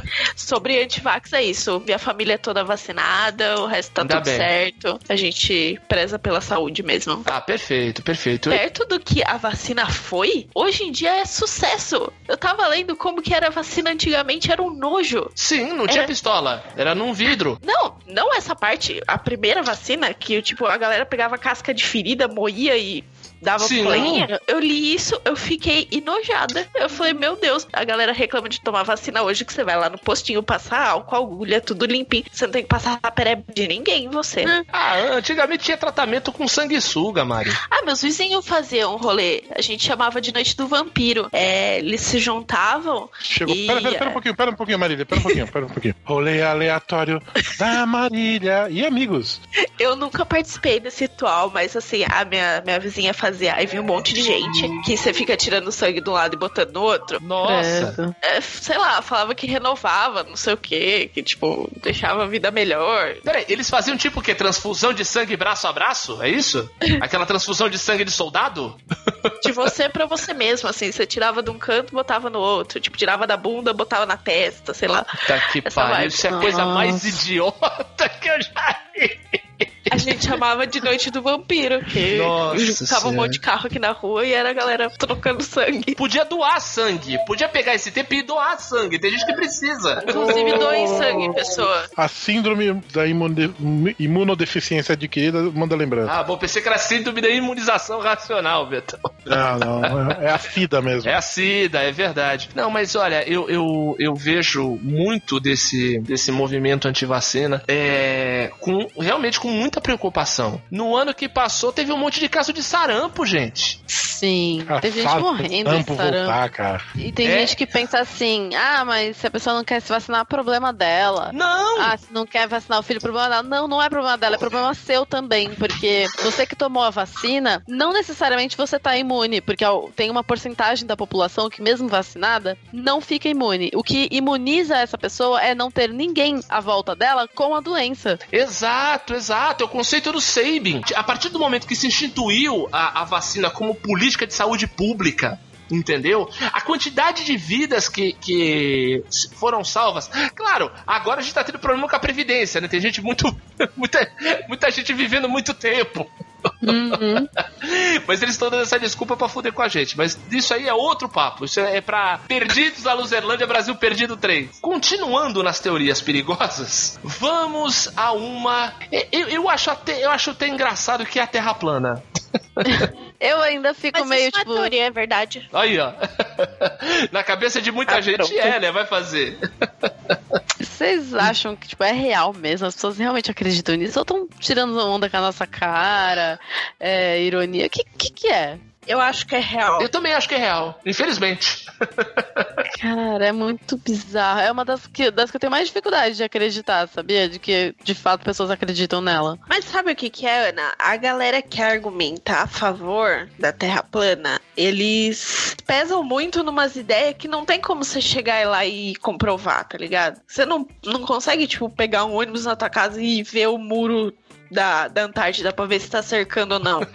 Speaker 2: Sobre antivax é isso. Minha família é toda vacinada, o resto tá
Speaker 3: Ainda
Speaker 2: tudo
Speaker 3: bem.
Speaker 2: certo. A gente preza pela saúde mesmo.
Speaker 3: Ah, perfeito, perfeito.
Speaker 2: Perto do que a vacina foi, hoje em dia é sucesso. Eu tava lendo como que era a vacina antigamente, era um nojo.
Speaker 3: Sim, não tinha
Speaker 2: É.
Speaker 3: pistola. Era num vidro.
Speaker 2: Não, não essa parte. A primeira vacina, que tipo, a galera pegava casca de ferida, moía e dava
Speaker 3: Sim.
Speaker 2: coleguinha. Eu li isso, eu fiquei enojada. Eu falei, meu Deus, a galera reclama de tomar vacina hoje, que você vai lá no postinho passar álcool, agulha, tudo limpinho. Você não tem que passar a pereba de ninguém, você.
Speaker 3: Ah, antigamente tinha tratamento com sanguessuga, Mari.
Speaker 2: Ah, meus vizinhos faziam um rolê. A gente chamava de Noite do Vampiro. É, eles se juntavam.
Speaker 4: Chegou.
Speaker 2: E-
Speaker 4: Pera, pera, pera um pouquinho, pera um pouquinho, Marília. Pera um pouquinho, pera um pouquinho. Rolê aleatório da Marília. E amigos?
Speaker 2: Eu nunca participei desse ritual, mas assim, a minha, minha vizinha fazia. Aí vinha um monte de gente que você fica tirando sangue de um lado e botando no outro.
Speaker 3: Nossa.
Speaker 1: Credo.
Speaker 2: É, sei lá, falava que renovava, não sei o que, que tipo, deixava a vida melhor.
Speaker 3: Peraí, eles faziam tipo o quê? Transfusão de sangue braço a braço? É isso? Aquela transfusão de sangue de soldado?
Speaker 2: De você pra você mesmo, assim, você tirava de um canto, botava no outro. Tipo, tirava da bunda, botava na testa, sei lá.
Speaker 3: Tá que
Speaker 2: Essa
Speaker 3: pariu,
Speaker 2: vibe.
Speaker 3: isso é a coisa
Speaker 1: Nossa.
Speaker 3: mais idiota que eu já vi.
Speaker 2: A gente chamava de Noite do Vampiro, que
Speaker 3: Nossa
Speaker 2: ficava um
Speaker 3: Senhora.
Speaker 2: monte de carro aqui na rua e era a galera trocando sangue.
Speaker 3: Podia doar sangue, podia pegar esse tempo e doar sangue, tem gente que precisa.
Speaker 2: Inclusive, doem sangue, pessoa.
Speaker 4: A síndrome da imunde- imunodeficiência adquirida manda lembrança.
Speaker 3: Ah, bom, pensei que era síndrome da imunização racional, Betão.
Speaker 4: Não, não, é a SIDA mesmo.
Speaker 3: É a SIDA, é verdade. Não, mas olha, eu, eu, eu vejo muito desse, desse movimento antivacina é, com, realmente com muita muita preocupação. No ano que passou, teve um monte de caso de sarampo, gente.
Speaker 1: Sim,
Speaker 4: Cara,
Speaker 1: teve gente morrendo de
Speaker 4: sarampo
Speaker 1: sarampo.
Speaker 4: voltar, cara.
Speaker 1: E tem
Speaker 3: É.
Speaker 1: gente que pensa assim, ah, mas se a pessoa não quer se vacinar, é problema dela.
Speaker 3: Não!
Speaker 1: Ah, se não quer vacinar o filho, problema dela. Não, não é problema dela, é problema seu também. Porque você que tomou a vacina, não necessariamente você tá imune. Porque tem uma porcentagem da população que, mesmo vacinada, não fica imune. O que imuniza essa pessoa é não ter ninguém à volta dela com a doença.
Speaker 3: Exato, exato. É o conceito do Sabin. A partir do momento que se instituiu a, a vacina como política de saúde pública, entendeu? A quantidade de vidas que, que foram salvas. Claro, agora a gente tá tendo problema com a Previdência, né? Tem gente muito... muita, muita gente vivendo muito tempo.
Speaker 1: Uhum.
Speaker 3: Mas eles estão dando essa desculpa pra fuder com a gente. Mas isso aí é outro papo. Isso é pra Perdidos da Luzerlândia, Brasil Perdido três. Continuando nas teorias perigosas, vamos a uma... Eu, eu, acho, até, eu acho até engraçado que é a Terra plana.
Speaker 1: Eu ainda fico
Speaker 2: Mas
Speaker 1: meio,
Speaker 2: isso
Speaker 1: tipo...
Speaker 2: não é teoria, é verdade.
Speaker 3: Aí, ó. Na cabeça de muita
Speaker 2: Ah,
Speaker 3: gente
Speaker 2: pronto.
Speaker 3: é, né? Vai fazer.
Speaker 1: Vocês acham que, tipo, é real mesmo? As pessoas realmente acreditam nisso? Ou estão tirando onda com a nossa cara? É, ironia? O que, que que é?
Speaker 2: Eu acho que é real.
Speaker 3: Eu também acho que é real, infelizmente.
Speaker 1: Cara, é muito bizarro. É uma das que, das que eu tenho mais dificuldade de acreditar, sabia? De que, de fato, pessoas acreditam nela.
Speaker 2: Mas sabe o que que é, Ana? A galera que argumenta a favor da Terra plana, eles pesam muito numas ideias que não tem como você chegar lá e comprovar, tá ligado? Você não, não consegue, tipo, pegar um ônibus na tua casa e ver o muro da, da Antártida pra ver se tá cercando ou não.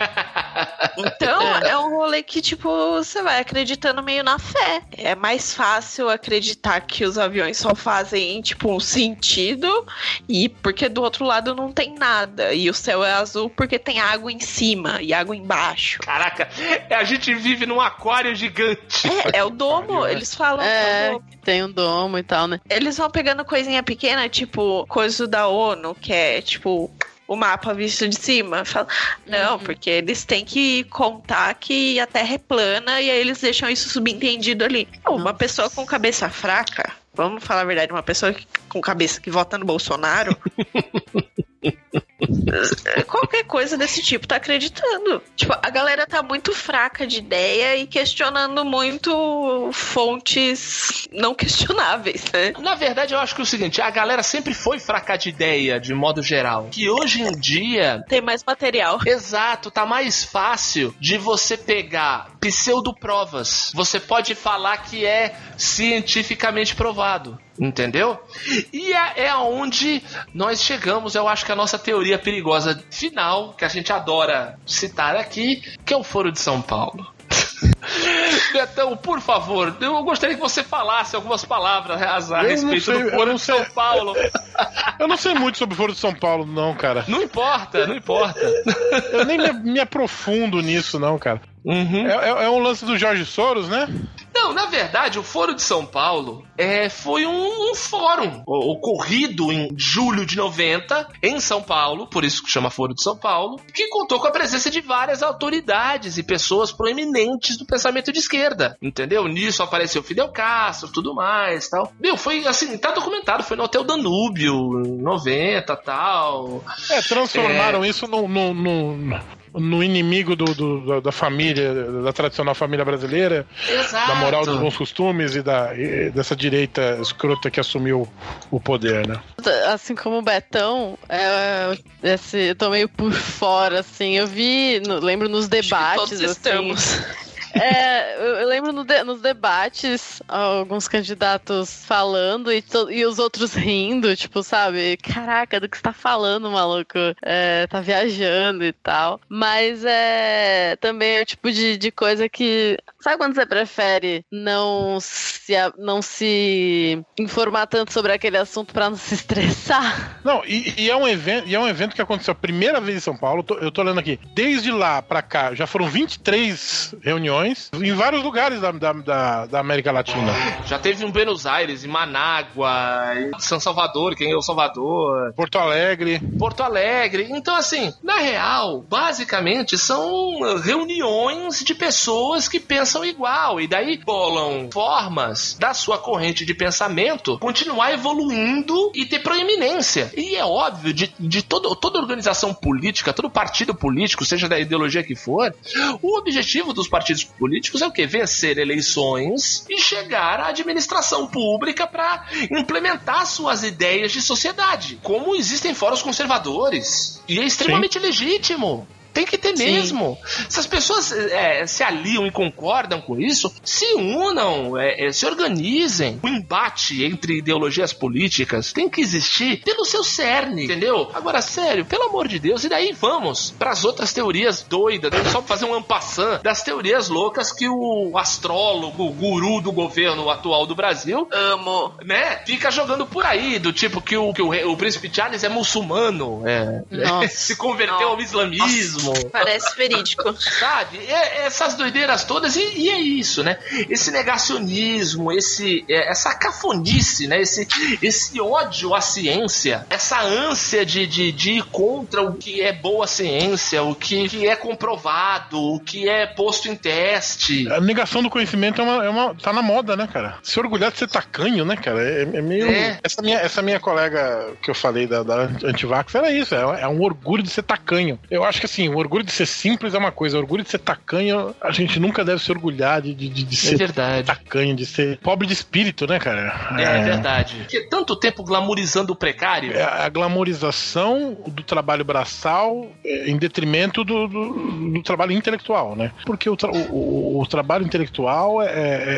Speaker 2: Então, é um rolê que, tipo, você vai acreditando meio na fé. É mais fácil acreditar que os aviões só fazem, tipo, um sentido, e porque do outro lado não tem nada. E o céu é azul porque tem água em cima e água embaixo.
Speaker 3: Caraca, a gente vive num aquário gigante.
Speaker 2: É, é o domo, eles falam que é
Speaker 1: É,
Speaker 2: o domo.
Speaker 1: tem um domo e tal, né?
Speaker 2: Eles vão pegando coisinha pequena, tipo, coisa da ONU, que é, tipo... o mapa visto de cima. Fala, não,
Speaker 1: Uhum.
Speaker 2: porque eles têm que contar que a Terra é plana e aí eles deixam isso subentendido ali. Uma
Speaker 1: Nossa.
Speaker 2: pessoa com cabeça fraca, vamos falar a verdade, uma pessoa que- com cabeça que vota no Bolsonaro, qualquer coisa desse tipo tá acreditando. Tipo, a galera tá muito fraca de ideia e questionando muito fontes não questionáveis, né?
Speaker 3: Na verdade, eu acho que é o seguinte, a galera sempre foi fraca de ideia, de modo geral. Que hoje em dia,
Speaker 2: Tem mais material.
Speaker 3: exato, tá mais fácil de você pegar pseudoprovas. Você pode falar que é cientificamente provado. Entendeu? E é, é aonde nós chegamos, eu acho que a nossa teoria perigosa final, que a gente adora citar aqui, que é o Foro de São Paulo. Betão, por favor, eu gostaria que você falasse algumas palavras a, a
Speaker 4: Eu
Speaker 3: respeito
Speaker 4: não sei,
Speaker 3: do
Speaker 4: eu
Speaker 3: Foro
Speaker 4: não
Speaker 3: de São
Speaker 4: sei.
Speaker 3: Paulo.
Speaker 4: Eu não sei muito sobre o Foro de São Paulo, não, cara.
Speaker 3: Não importa, não importa.
Speaker 4: Eu nem me, me aprofundo nisso, não, cara.
Speaker 3: Uhum.
Speaker 4: É, é- é um lance do Jorge Soros, né?
Speaker 3: Não, na verdade, o Foro de São Paulo é, foi um, um fórum o- ocorrido em julho de noventa, em São Paulo, por isso que chama Foro de São Paulo, que contou com a presença de várias autoridades e pessoas proeminentes do pensamento de esquerda, entendeu? Nisso apareceu Fidel Castro, tudo mais, tal. Meu, foi assim, tá documentado, foi no Hotel Danúbio, em noventa, tal.
Speaker 4: É, transformaram isso no, no, no, no inimigo do, do- da- da família, da tradicional família brasileira,
Speaker 3: Exato.
Speaker 4: da moral dos bons costumes e, da, e dessa direita escrota que assumiu o poder, né?
Speaker 1: Assim como o Betão, é, esse, eu tô meio por fora, assim. Eu vi, no- lembro nos debates,
Speaker 2: Todos
Speaker 1: assim.
Speaker 2: estamos.
Speaker 1: É, eu, eu lembro no de- nos debates, alguns candidatos falando e, to- e os outros rindo, tipo, sabe? Caraca, do que você tá falando, maluco? É, tá viajando e tal. Mas é também é o tipo de, de coisa que. Sabe quando você prefere não se, a- não se informar tanto sobre aquele assunto pra não se estressar?
Speaker 4: Não, e, e é um evento, e é um evento que aconteceu a primeira vez em São Paulo. tô- eu tô lendo aqui. Desde lá pra cá, já foram vinte e três reuniões em vários lugares da, da, da, da América Latina.
Speaker 3: Já teve em Buenos Aires, em Manágua, em São Salvador, quem é o Salvador,
Speaker 4: Porto Alegre.
Speaker 3: Porto Alegre. Então, assim, na real, basicamente são reuniões de pessoas que pensam pensam igual, e daí bolam formas da sua corrente de pensamento continuar evoluindo e ter proeminência. E é óbvio, de, de todo, toda organização política, todo partido político, seja da ideologia que for, o objetivo dos partidos políticos é o quê? Vencer eleições e chegar à administração pública para implementar suas ideias de sociedade. Como existem fóruns conservadores. E é extremamente Sim. legítimo. Tem que ter Sim. mesmo. Se as pessoas é, se aliam e concordam com isso, se unam, é, é, se organizem. O embate entre ideologias políticas tem que existir pelo seu cerne, entendeu? Agora, sério, pelo amor de Deus, e daí vamos para as outras teorias doidas, né? Só fazer um ampassã das teorias loucas que o astrólogo, o guru do governo atual do Brasil,
Speaker 2: amo,
Speaker 3: né? Fica jogando por aí, do tipo que o, que o, o príncipe Charles é muçulmano, é, é, se converteu Nossa. ao islamismo.
Speaker 2: Parece verídico.
Speaker 3: Sabe? É, essas doideiras todas, e, e é isso, né? Esse negacionismo, esse, é, essa cafonice, né? Esse, esse ódio à ciência, essa ânsia de, de, de ir contra o que é boa ciência, o que, que é comprovado, o que é posto em teste.
Speaker 4: A negação do conhecimento é uma, é uma, tá na moda, né, cara? Se orgulhar de ser tacanho, né, cara? É, é meio... É. Essa, minha, essa minha colega que eu falei da, da antivax era isso, é, é um orgulho de ser tacanho. Eu acho que assim, o orgulho de ser simples é uma coisa, o orgulho de ser tacanho, a gente nunca deve se orgulhar de, de, de ser
Speaker 3: é verdade.
Speaker 4: tacanho, de ser pobre de espírito, né, cara?
Speaker 3: É, é verdade. Porque tanto tempo glamorizando o precário.
Speaker 4: É a glamorização do trabalho braçal em detrimento do, do, do trabalho intelectual, né? Porque o, tra o, o trabalho intelectual é,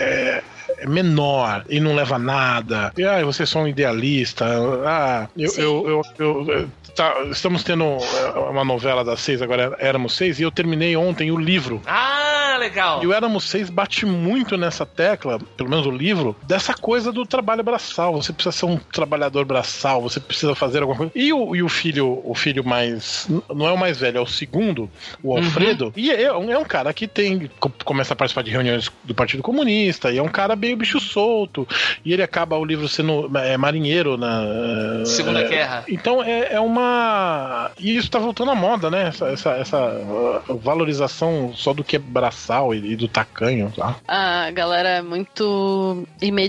Speaker 4: é é menor e não leva a nada. E, ah, vocês são um idealista. Ah, eu, eu, eu, eu, eu tá, estamos tendo uma novela das seis, agora Éramos Seis, e eu terminei ontem o livro.
Speaker 3: Ah, legal.
Speaker 4: E o Éramos Seis bate muito nessa tecla, pelo menos o livro, dessa coisa do trabalho braçal. Você precisa ser um trabalhador braçal, você precisa fazer alguma coisa. E o, e o filho, o filho mais, não é o mais velho, é o segundo, o Alfredo, uhum. e é, é um cara que tem, começa a participar de reuniões do Partido Comunista, e é um cara meio bicho solto, e ele acaba o livro sendo é, marinheiro na
Speaker 3: Segunda é, Guerra.
Speaker 4: Então é, é uma... E isso tá voltando à moda, né? Essa, essa, essa valorização só do que é braçal e, e do tacanho, tá?
Speaker 1: A galera é muito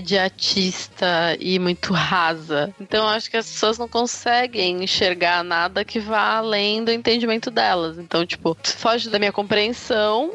Speaker 1: imediatista e muito rasa. Então acho que as pessoas não conseguem enxergar nada que vá além do entendimento delas. Então, tipo, foge da minha compreensão,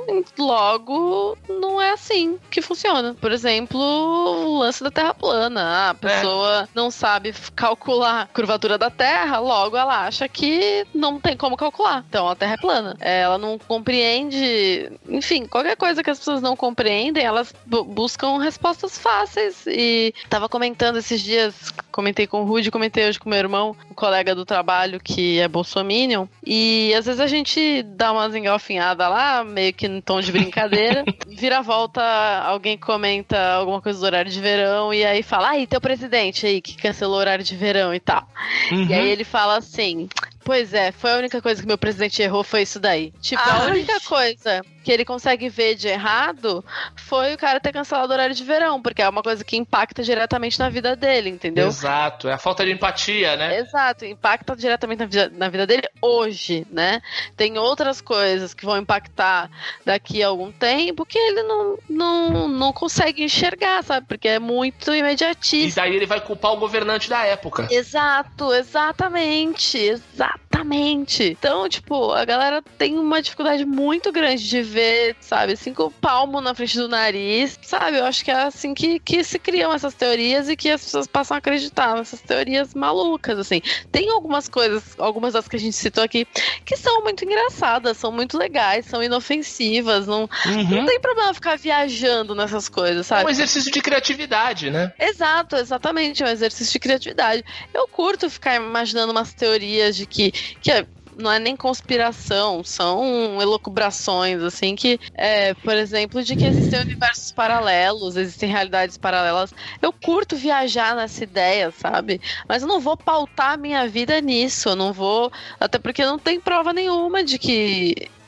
Speaker 1: logo não é assim que funciona. Por exemplo, o lance da Terra plana. Ah, a pessoa é. não sabe calcular a curvatura da Terra, logo ela acha que não tem como calcular. Então a Terra é plana. Ela não compreende... Enfim, qualquer coisa que as pessoas não compreendem, elas buscam respostas fáceis. E tava comentando esses dias, comentei com o Rudy, comentei hoje com meu irmão, um colega do trabalho que é bolsominion, e às vezes a gente dá umas engalfinhadas lá, meio que no tom de brincadeira, vira a volta, alguém comenta alguma coisa do horário de verão, e aí fala, ai, teu presidente aí, que cancelou o horário de verão e tal. Uhum. E aí ele fala assim... Pois é, foi a única coisa que meu presidente errou, foi isso daí. Tipo, Ai. a única coisa que ele consegue ver de errado foi o cara ter cancelado o horário de verão, porque é uma coisa que impacta diretamente na vida dele, entendeu?
Speaker 3: Exato, é a falta de empatia, né?
Speaker 1: Exato, impacta diretamente na vida, na vida dele hoje, né? Tem outras coisas que vão impactar daqui a algum tempo que ele não, não, não consegue enxergar, sabe? Porque é muito imediatista.
Speaker 3: E daí ele vai culpar o governante da época.
Speaker 1: Exato, exatamente, exatamente. Exatamente. Então, tipo, a galera tem uma dificuldade muito grande de ver, sabe, cinco palmos na frente do nariz, sabe? Eu acho que é assim que, que se criam essas teorias e que as pessoas passam a acreditar nessas teorias malucas, assim. Tem algumas coisas, algumas das que a gente citou aqui, que são muito engraçadas, são muito legais, são inofensivas, não, uhum. não tem problema ficar viajando nessas coisas, sabe?
Speaker 3: É um exercício de criatividade, né?
Speaker 1: Exato, exatamente, é um exercício de criatividade. Eu curto ficar imaginando umas teorias de que, que é, não é nem conspiração, são elucubrações, assim, que, é, por exemplo, de que existem universos paralelos, existem realidades paralelas. Eu curto viajar nessa ideia, sabe? Mas eu não vou pautar a minha vida nisso, eu não vou... Até porque não tem prova nenhuma de que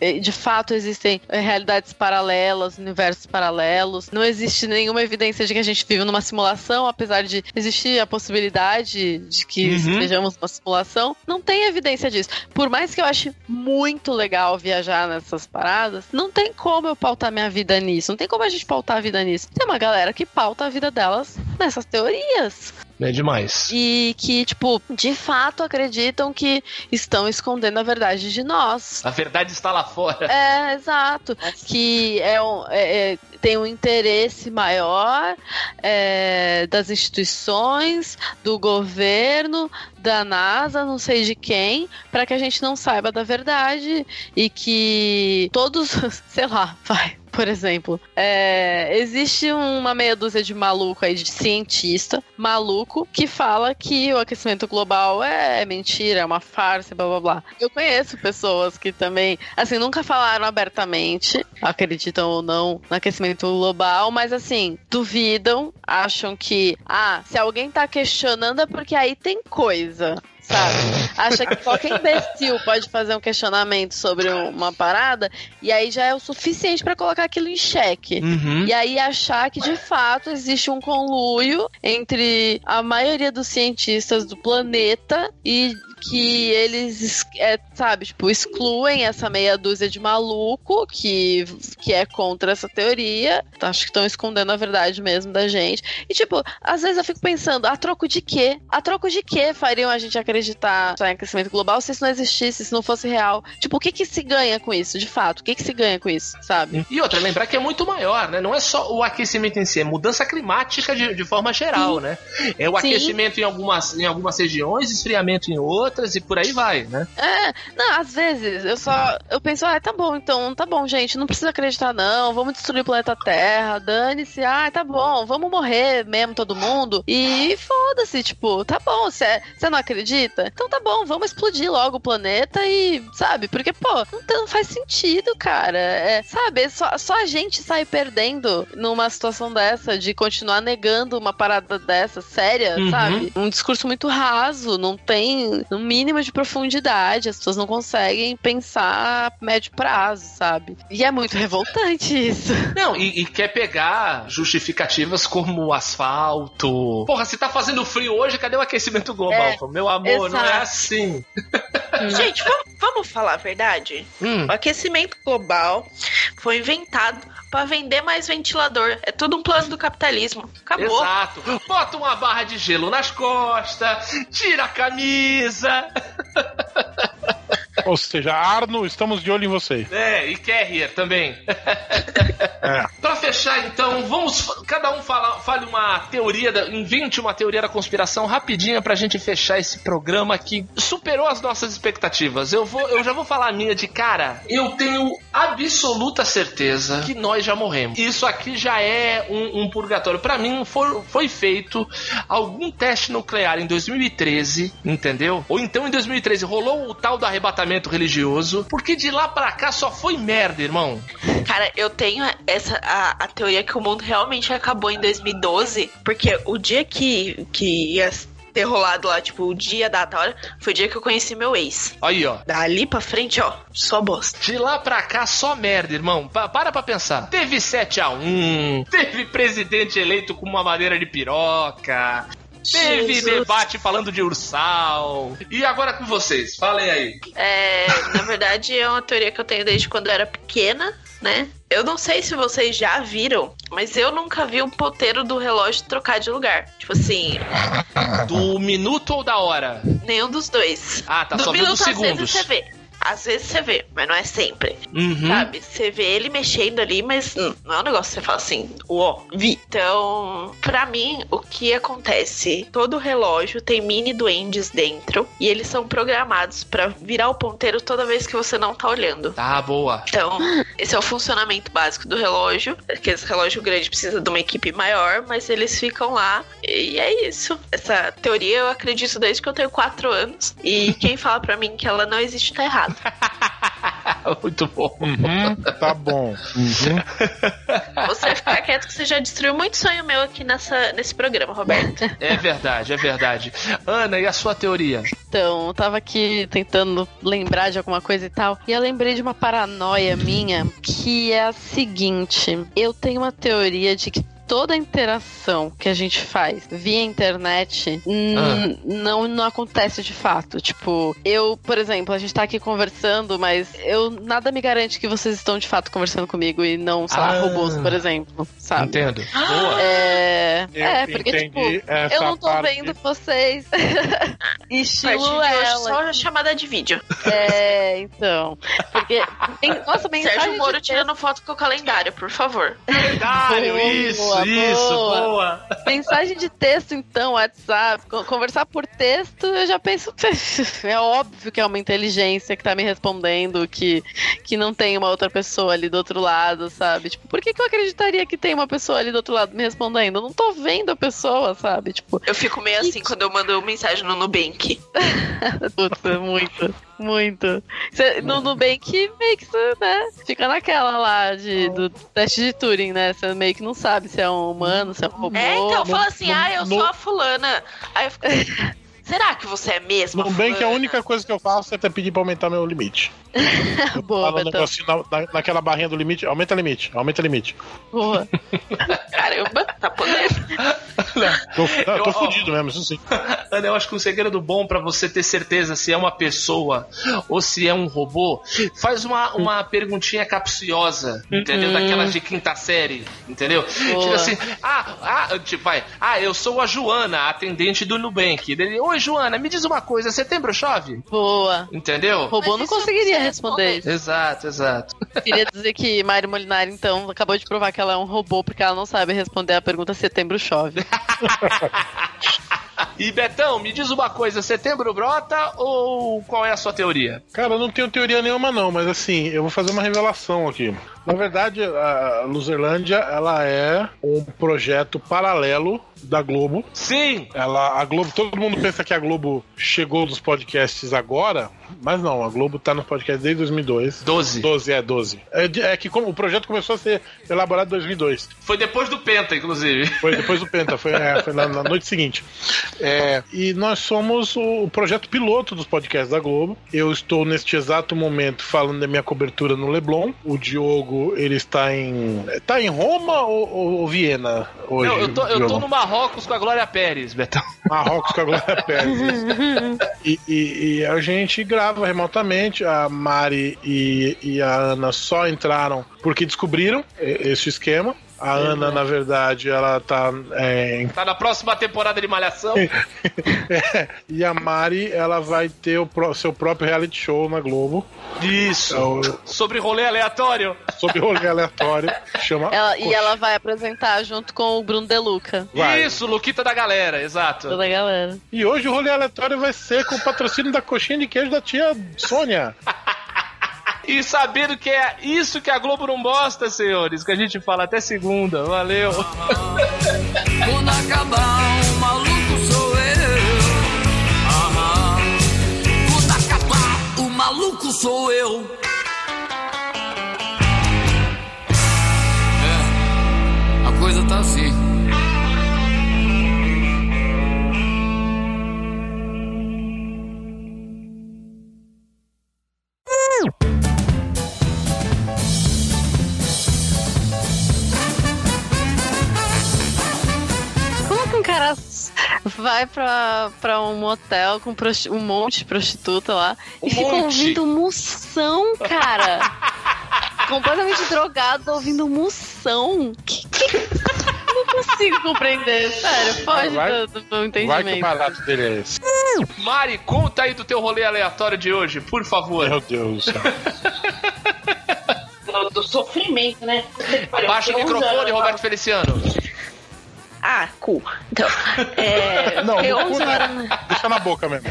Speaker 1: de fato existem realidades paralelas, universos paralelos. Não existe nenhuma evidência de que a gente vive numa simulação, apesar de existir a possibilidade de que
Speaker 3: Uhum.
Speaker 1: estejamos numa simulação. Não tem evidência disso. Por mais que eu ache muito legal viajar nessas paradas, não tem como eu pautar minha vida nisso. Não tem como a gente pautar a vida nisso. Tem uma galera que pauta a vida delas nessas teorias.
Speaker 3: É demais.
Speaker 1: E que, tipo, de fato acreditam que estão escondendo a verdade de nós.
Speaker 3: A verdade está lá fora.
Speaker 1: É, exato. Que é um, é, é, tem um interesse maior é, das instituições, do governo, da NASA, não sei de quem, para que a gente não saiba da verdade e que todos, sei lá, vai. Por exemplo, é, existe uma meia dúzia de maluco aí, de cientista maluco, que fala que o aquecimento global é mentira, é uma farsa, blá blá blá. Eu conheço pessoas que também, assim, nunca falaram abertamente, acreditam ou não no aquecimento global, mas assim, duvidam, acham que, ah, se alguém tá questionando é porque aí tem coisa. Sabe? Acha que qualquer imbecil pode fazer um questionamento sobre uma parada e aí já é o suficiente pra colocar aquilo em xeque.
Speaker 3: Uhum.
Speaker 1: E aí achar que de fato existe um conluio entre a maioria dos cientistas do planeta e que eles, é, sabe, tipo, excluem essa meia dúzia de maluco que, que é contra essa teoria. Acho que estão escondendo a verdade mesmo da gente. E, tipo, às vezes eu fico pensando, a troco de quê? A troco de quê fariam a gente acreditar em aquecimento global se isso não existisse, se não fosse real? Tipo, o que que se ganha com isso, de fato? O que que se ganha com isso, sabe?
Speaker 3: E outra, lembrar que é muito maior, né? Não é só o aquecimento em si, é mudança climática de, de forma geral, Sim. né? É o
Speaker 1: Sim.
Speaker 3: aquecimento em algumas, em algumas regiões, esfriamento em outras e por aí vai, né?
Speaker 1: É, não, às vezes eu só, eu penso, ah, tá bom, então, tá bom, gente, não precisa acreditar não, vamos destruir o planeta Terra, dane-se, ah, tá bom, vamos morrer mesmo todo mundo e foda-se, tipo, tá bom, você não acredita? Então tá bom, vamos explodir logo o planeta e, sabe, porque, pô, não, não faz sentido, cara, é, sabe, só, só a gente sai perdendo numa situação dessa, de continuar negando uma parada dessa, séria,
Speaker 3: Uhum.
Speaker 1: sabe? Um discurso muito raso, não tem no mínimo de profundidade, as pessoas não conseguem pensar a médio prazo, sabe? E é muito revoltante isso.
Speaker 3: Não, e, e quer pegar justificativas como asfalto. Porra, se tá fazendo frio hoje, cadê o aquecimento global?
Speaker 1: É,
Speaker 3: Meu amor,
Speaker 1: exato.
Speaker 3: não é assim.
Speaker 2: Gente, vamos, vamos falar a verdade?
Speaker 3: Hum.
Speaker 2: O aquecimento global foi inventado pra vender mais ventilador. É tudo um plano do capitalismo. Acabou.
Speaker 3: Exato. Bota uma barra de gelo nas costas, tira a camisa.
Speaker 4: Ou seja, Arno, estamos de olho em você.
Speaker 3: É, e Carrier também.
Speaker 4: É.
Speaker 3: Pra fechar, então, vamos. Cada um fala, fale uma teoria, da, invente uma teoria da conspiração rapidinha pra gente fechar esse programa que superou as nossas expectativas. Eu, vou, eu já vou falar a minha de cara. Eu tenho absoluta certeza que nós já morremos. Isso aqui já é um, um purgatório. Pra mim, foi, foi feito algum teste nuclear em dois mil e treze, entendeu? Ou então em dois mil e treze rolou o tal do arrebatamento religioso, porque de lá pra cá só foi merda, irmão.
Speaker 2: Cara, eu tenho essa a, a teoria que o mundo realmente acabou em dois mil e doze, porque o dia que, que ia ter rolado lá, tipo, o dia, data, hora, foi o dia que eu conheci meu ex.
Speaker 3: Aí, ó.
Speaker 2: Dali pra frente, ó, só bosta.
Speaker 3: De lá pra cá, só merda, irmão. Pa- para pra pensar. Teve sete a um, teve presidente eleito com uma madeira de piroca, teve
Speaker 2: Jesus.
Speaker 3: debate falando de ursal. E agora com vocês, falem aí.
Speaker 2: É, na verdade, é uma teoria que eu tenho desde quando eu era pequena, né? Eu não sei se vocês já viram, mas eu nunca vi um ponteiro do relógio trocar de lugar. Tipo assim,
Speaker 3: Do minuto ou da hora?
Speaker 2: nenhum dos dois.
Speaker 3: Ah, tá,
Speaker 2: do
Speaker 3: só viu
Speaker 2: minuto,
Speaker 3: dos
Speaker 2: às vezes
Speaker 3: segundos.
Speaker 2: você vê. Às vezes você vê, mas não é sempre.
Speaker 3: Uhum.
Speaker 2: Sabe? Você vê ele mexendo ali, mas hum, não é um negócio que você fala assim, ó, vi. Então, pra mim, o que acontece? Todo relógio tem mini duendes dentro e eles são programados pra virar o ponteiro toda vez que você não tá olhando.
Speaker 3: Tá, boa.
Speaker 2: Então, esse é o funcionamento básico do relógio. Aquele relógio grande precisa de uma equipe maior, mas eles ficam lá. E é isso. Essa teoria eu acredito desde que eu tenho quatro anos. E quem fala pra mim que ela não existe tá errado.
Speaker 3: Muito bom.
Speaker 4: Uhum, tá bom. Uhum.
Speaker 2: Você ficar quieto que você já destruiu muito sonho meu aqui nessa, nesse programa, Roberto.
Speaker 3: É verdade, é verdade. Ana, e a sua teoria?
Speaker 1: Então, eu tava aqui tentando lembrar de alguma coisa e tal, e eu lembrei de uma paranoia minha, que é a seguinte: eu tenho uma teoria de que toda a interação que a gente faz via internet n-
Speaker 3: Ah.
Speaker 1: não, não acontece de fato. Tipo, eu, por exemplo, a gente tá aqui conversando, mas eu nada me garante que vocês estão de fato conversando comigo e não, sei lá,
Speaker 3: Ah.
Speaker 1: robôs, por exemplo, sabe?
Speaker 3: Entendo. Boa.
Speaker 1: É,
Speaker 4: Eu
Speaker 1: é porque, tipo,
Speaker 4: entendi essa
Speaker 1: eu não tô
Speaker 4: parte.
Speaker 1: vendo vocês.
Speaker 2: A
Speaker 1: Estilo
Speaker 2: partir de hoje,
Speaker 1: ela.
Speaker 2: só a chamada de vídeo.
Speaker 1: É, então. Porque. Tem, nossa, mensagem.
Speaker 2: Sérgio Moro
Speaker 1: de
Speaker 2: tirando foto com o calendário, por favor.
Speaker 3: Calendário,
Speaker 1: Boa,
Speaker 3: isso, isso,
Speaker 1: boa.
Speaker 3: boa.
Speaker 1: Mensagem de texto, então, WhatsApp. Con- Conversar por texto, eu já penso. É óbvio que é uma inteligência que tá me respondendo, que, que não tem uma outra pessoa ali do outro lado, sabe? Tipo, por que, que eu acreditaria que tem uma pessoa ali do outro lado me respondendo? Eu não tô vendo a pessoa, sabe? Tipo,
Speaker 2: Eu fico meio assim quando eu mando mensagem no Nubank.
Speaker 1: puta, muito, muito. Cê, no Nubank, meio que você, né, fica naquela lá de, do teste de Turing, né? Você meio que não sabe se é um humano, se é um robô.
Speaker 2: É, então, fala assim,
Speaker 4: no-
Speaker 2: ah, eu
Speaker 4: no-
Speaker 2: sou a fulana. Aí eu fico assim, será que você é mesmo a
Speaker 4: No bem que a
Speaker 2: fulana?
Speaker 4: única coisa que eu faço é até pedir pra aumentar meu limite. Eu
Speaker 1: Boa,
Speaker 4: falo um
Speaker 1: Betão.
Speaker 4: negocinho na, na- naquela barrinha do limite, aumenta limite, aumenta limite.
Speaker 1: Boa.
Speaker 2: Caramba, tá podendo.
Speaker 4: Tô, não, eu tô
Speaker 3: Eu-
Speaker 4: fudido mesmo, isso sim.
Speaker 3: Ana, eu acho que um segredo bom pra você ter certeza se é uma pessoa ou se é um robô, faz uma, uma perguntinha capciosa, entendeu?
Speaker 1: Uhum.
Speaker 3: Daquelas de quinta série, entendeu?
Speaker 1: Boa.
Speaker 3: Tipo assim, ah, ah, tipo, vai, ah, eu sou a Joana, atendente do Nubank. Ele, oi, Joana, me diz uma coisa, setembro chove?
Speaker 1: Boa.
Speaker 3: Entendeu?
Speaker 1: O robô
Speaker 2: Mas
Speaker 1: não
Speaker 2: isso
Speaker 1: conseguiria
Speaker 2: você
Speaker 1: responder
Speaker 2: responde.
Speaker 1: isso.
Speaker 3: Exato, exato.
Speaker 1: Queria dizer que Mari Molinari, então, acabou de provar que ela é um robô porque ela não sabe responder a pergunta setembro chove.
Speaker 3: E Betão, me diz uma coisa, setembro brota ou qual é a sua teoria?
Speaker 4: Cara, eu não tenho teoria nenhuma não, mas assim, eu vou fazer uma revelação aqui. Na verdade, a Luzerlândia, ela é um projeto paralelo da Globo.
Speaker 3: Sim!
Speaker 4: Ela, a Globo, todo mundo pensa que a Globo chegou dos podcasts agora, mas não, a Globo tá no podcast desde dois mil e dois.
Speaker 3: doze.
Speaker 4: doze, é, doze. É, de- é que como o projeto começou a ser elaborado em dois mil e dois.
Speaker 3: Foi depois do Penta, inclusive.
Speaker 4: Foi depois do Penta, foi, é, foi na, na noite seguinte. É, e nós somos o, o projeto piloto dos podcasts da Globo. Eu estou neste exato momento falando da minha cobertura no Leblon. O Diogo, ele está em. Tá em Roma ou, ou- ou Viena hoje?
Speaker 3: Não, eu tô, eu tô
Speaker 4: Diogo?
Speaker 3: no Marrocos com a Glória Pérez, Betão.
Speaker 4: Marrocos com a Glória Pérez. E, e- e a gente grava remotamente. A Mari e, e a Ana só entraram porque descobriram e- esse esquema. A Ana, na verdade, ela tá é, em
Speaker 3: Tá na próxima temporada de Malhação.
Speaker 4: É, e a Mari, ela vai ter o pró- seu próprio reality show na Globo.
Speaker 3: Isso.
Speaker 4: É o-
Speaker 3: Sobre rolê aleatório.
Speaker 4: sobre rolê aleatório. Chama.
Speaker 1: Ela- e
Speaker 4: Coxa.
Speaker 1: ela vai apresentar junto com o Bruno De Luca.
Speaker 4: Vai.
Speaker 3: Isso, Luquita da galera, exato.
Speaker 1: Toda a galera.
Speaker 4: E hoje o rolê aleatório vai ser com o patrocínio da coxinha de queijo da tia Sônia.
Speaker 3: E sabendo que é isso que a Globo não gosta, senhores, que a gente fala até segunda. Valeu.
Speaker 5: Quando acabar, o maluco sou eu. Aham. Quando acabar, o maluco sou eu. É, a coisa tá assim.
Speaker 1: Como que um cara vai pra, pra um motel com prosti- um monte de prostituta lá
Speaker 3: Um
Speaker 1: e fica
Speaker 3: monte.
Speaker 1: ouvindo moção, cara? Completamente drogado, ouvindo moção. Que, que... Não consigo compreender, sério. Foge
Speaker 4: Vai-
Speaker 1: do, do meu
Speaker 4: Vai que o
Speaker 1: entendimento.
Speaker 4: barato dele é esse.
Speaker 3: Mari, conta aí do teu rolê aleatório de hoje, por favor.
Speaker 4: Meu Deus do céu.
Speaker 2: Do, do sofrimento, né?
Speaker 3: Baixa o microfone, Roberto Feliciano.
Speaker 2: Ah, cu. Então, é...
Speaker 4: Não,
Speaker 2: fiquei
Speaker 4: não
Speaker 2: onze
Speaker 4: cu,
Speaker 2: horas...
Speaker 4: Deixa na boca mesmo.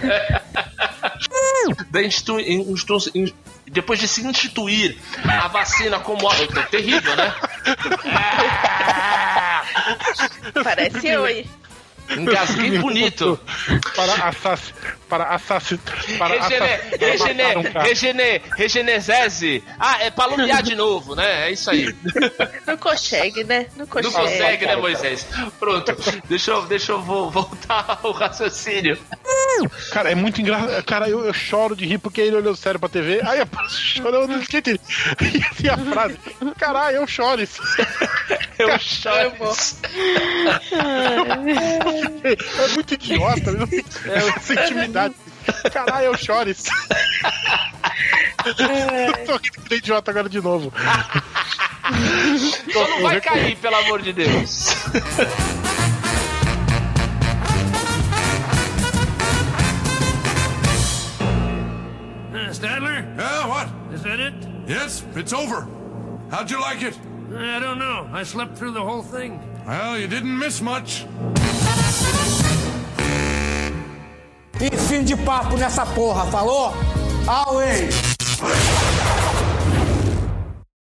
Speaker 3: Da institu... institu... in- Depois de se instituir a vacina como algo terrível, né?
Speaker 2: Parece eu aí.
Speaker 3: Engasguei bonito.
Speaker 4: Para assass... Para assass... Para
Speaker 3: Regene...
Speaker 4: assass...
Speaker 3: Regene...
Speaker 4: um
Speaker 3: Regene... Regenezese. Ah, é pra alumiar de novo, né? É isso aí.
Speaker 2: Não consegue, né? Não consegue.
Speaker 3: Não consegue, né, Moisés? Pronto. Deixa eu, deixa eu voltar ao raciocínio.
Speaker 4: Cara, é muito engraçado. Cara, eu, eu choro de rir porque ele olhou sério pra T V. Aí eu chorando, não esqueci. E assim a frase. Caralho, eu choro isso.
Speaker 3: Eu choro isso.
Speaker 4: É muito idiota. É essa intimidade. Caralho, eu choro isso. Eu tô rindo que idiota agora de novo.
Speaker 3: Só não vai cair, pelo amor de Deus.
Speaker 6: Stadler?
Speaker 7: Yeah, what?
Speaker 6: Is that it?
Speaker 7: Yes, it's over. How'd you like it?
Speaker 6: I don't know. I slept through the whole thing.
Speaker 7: Well, you didn't miss much.
Speaker 8: E fim de papo nessa porra, falou? Away!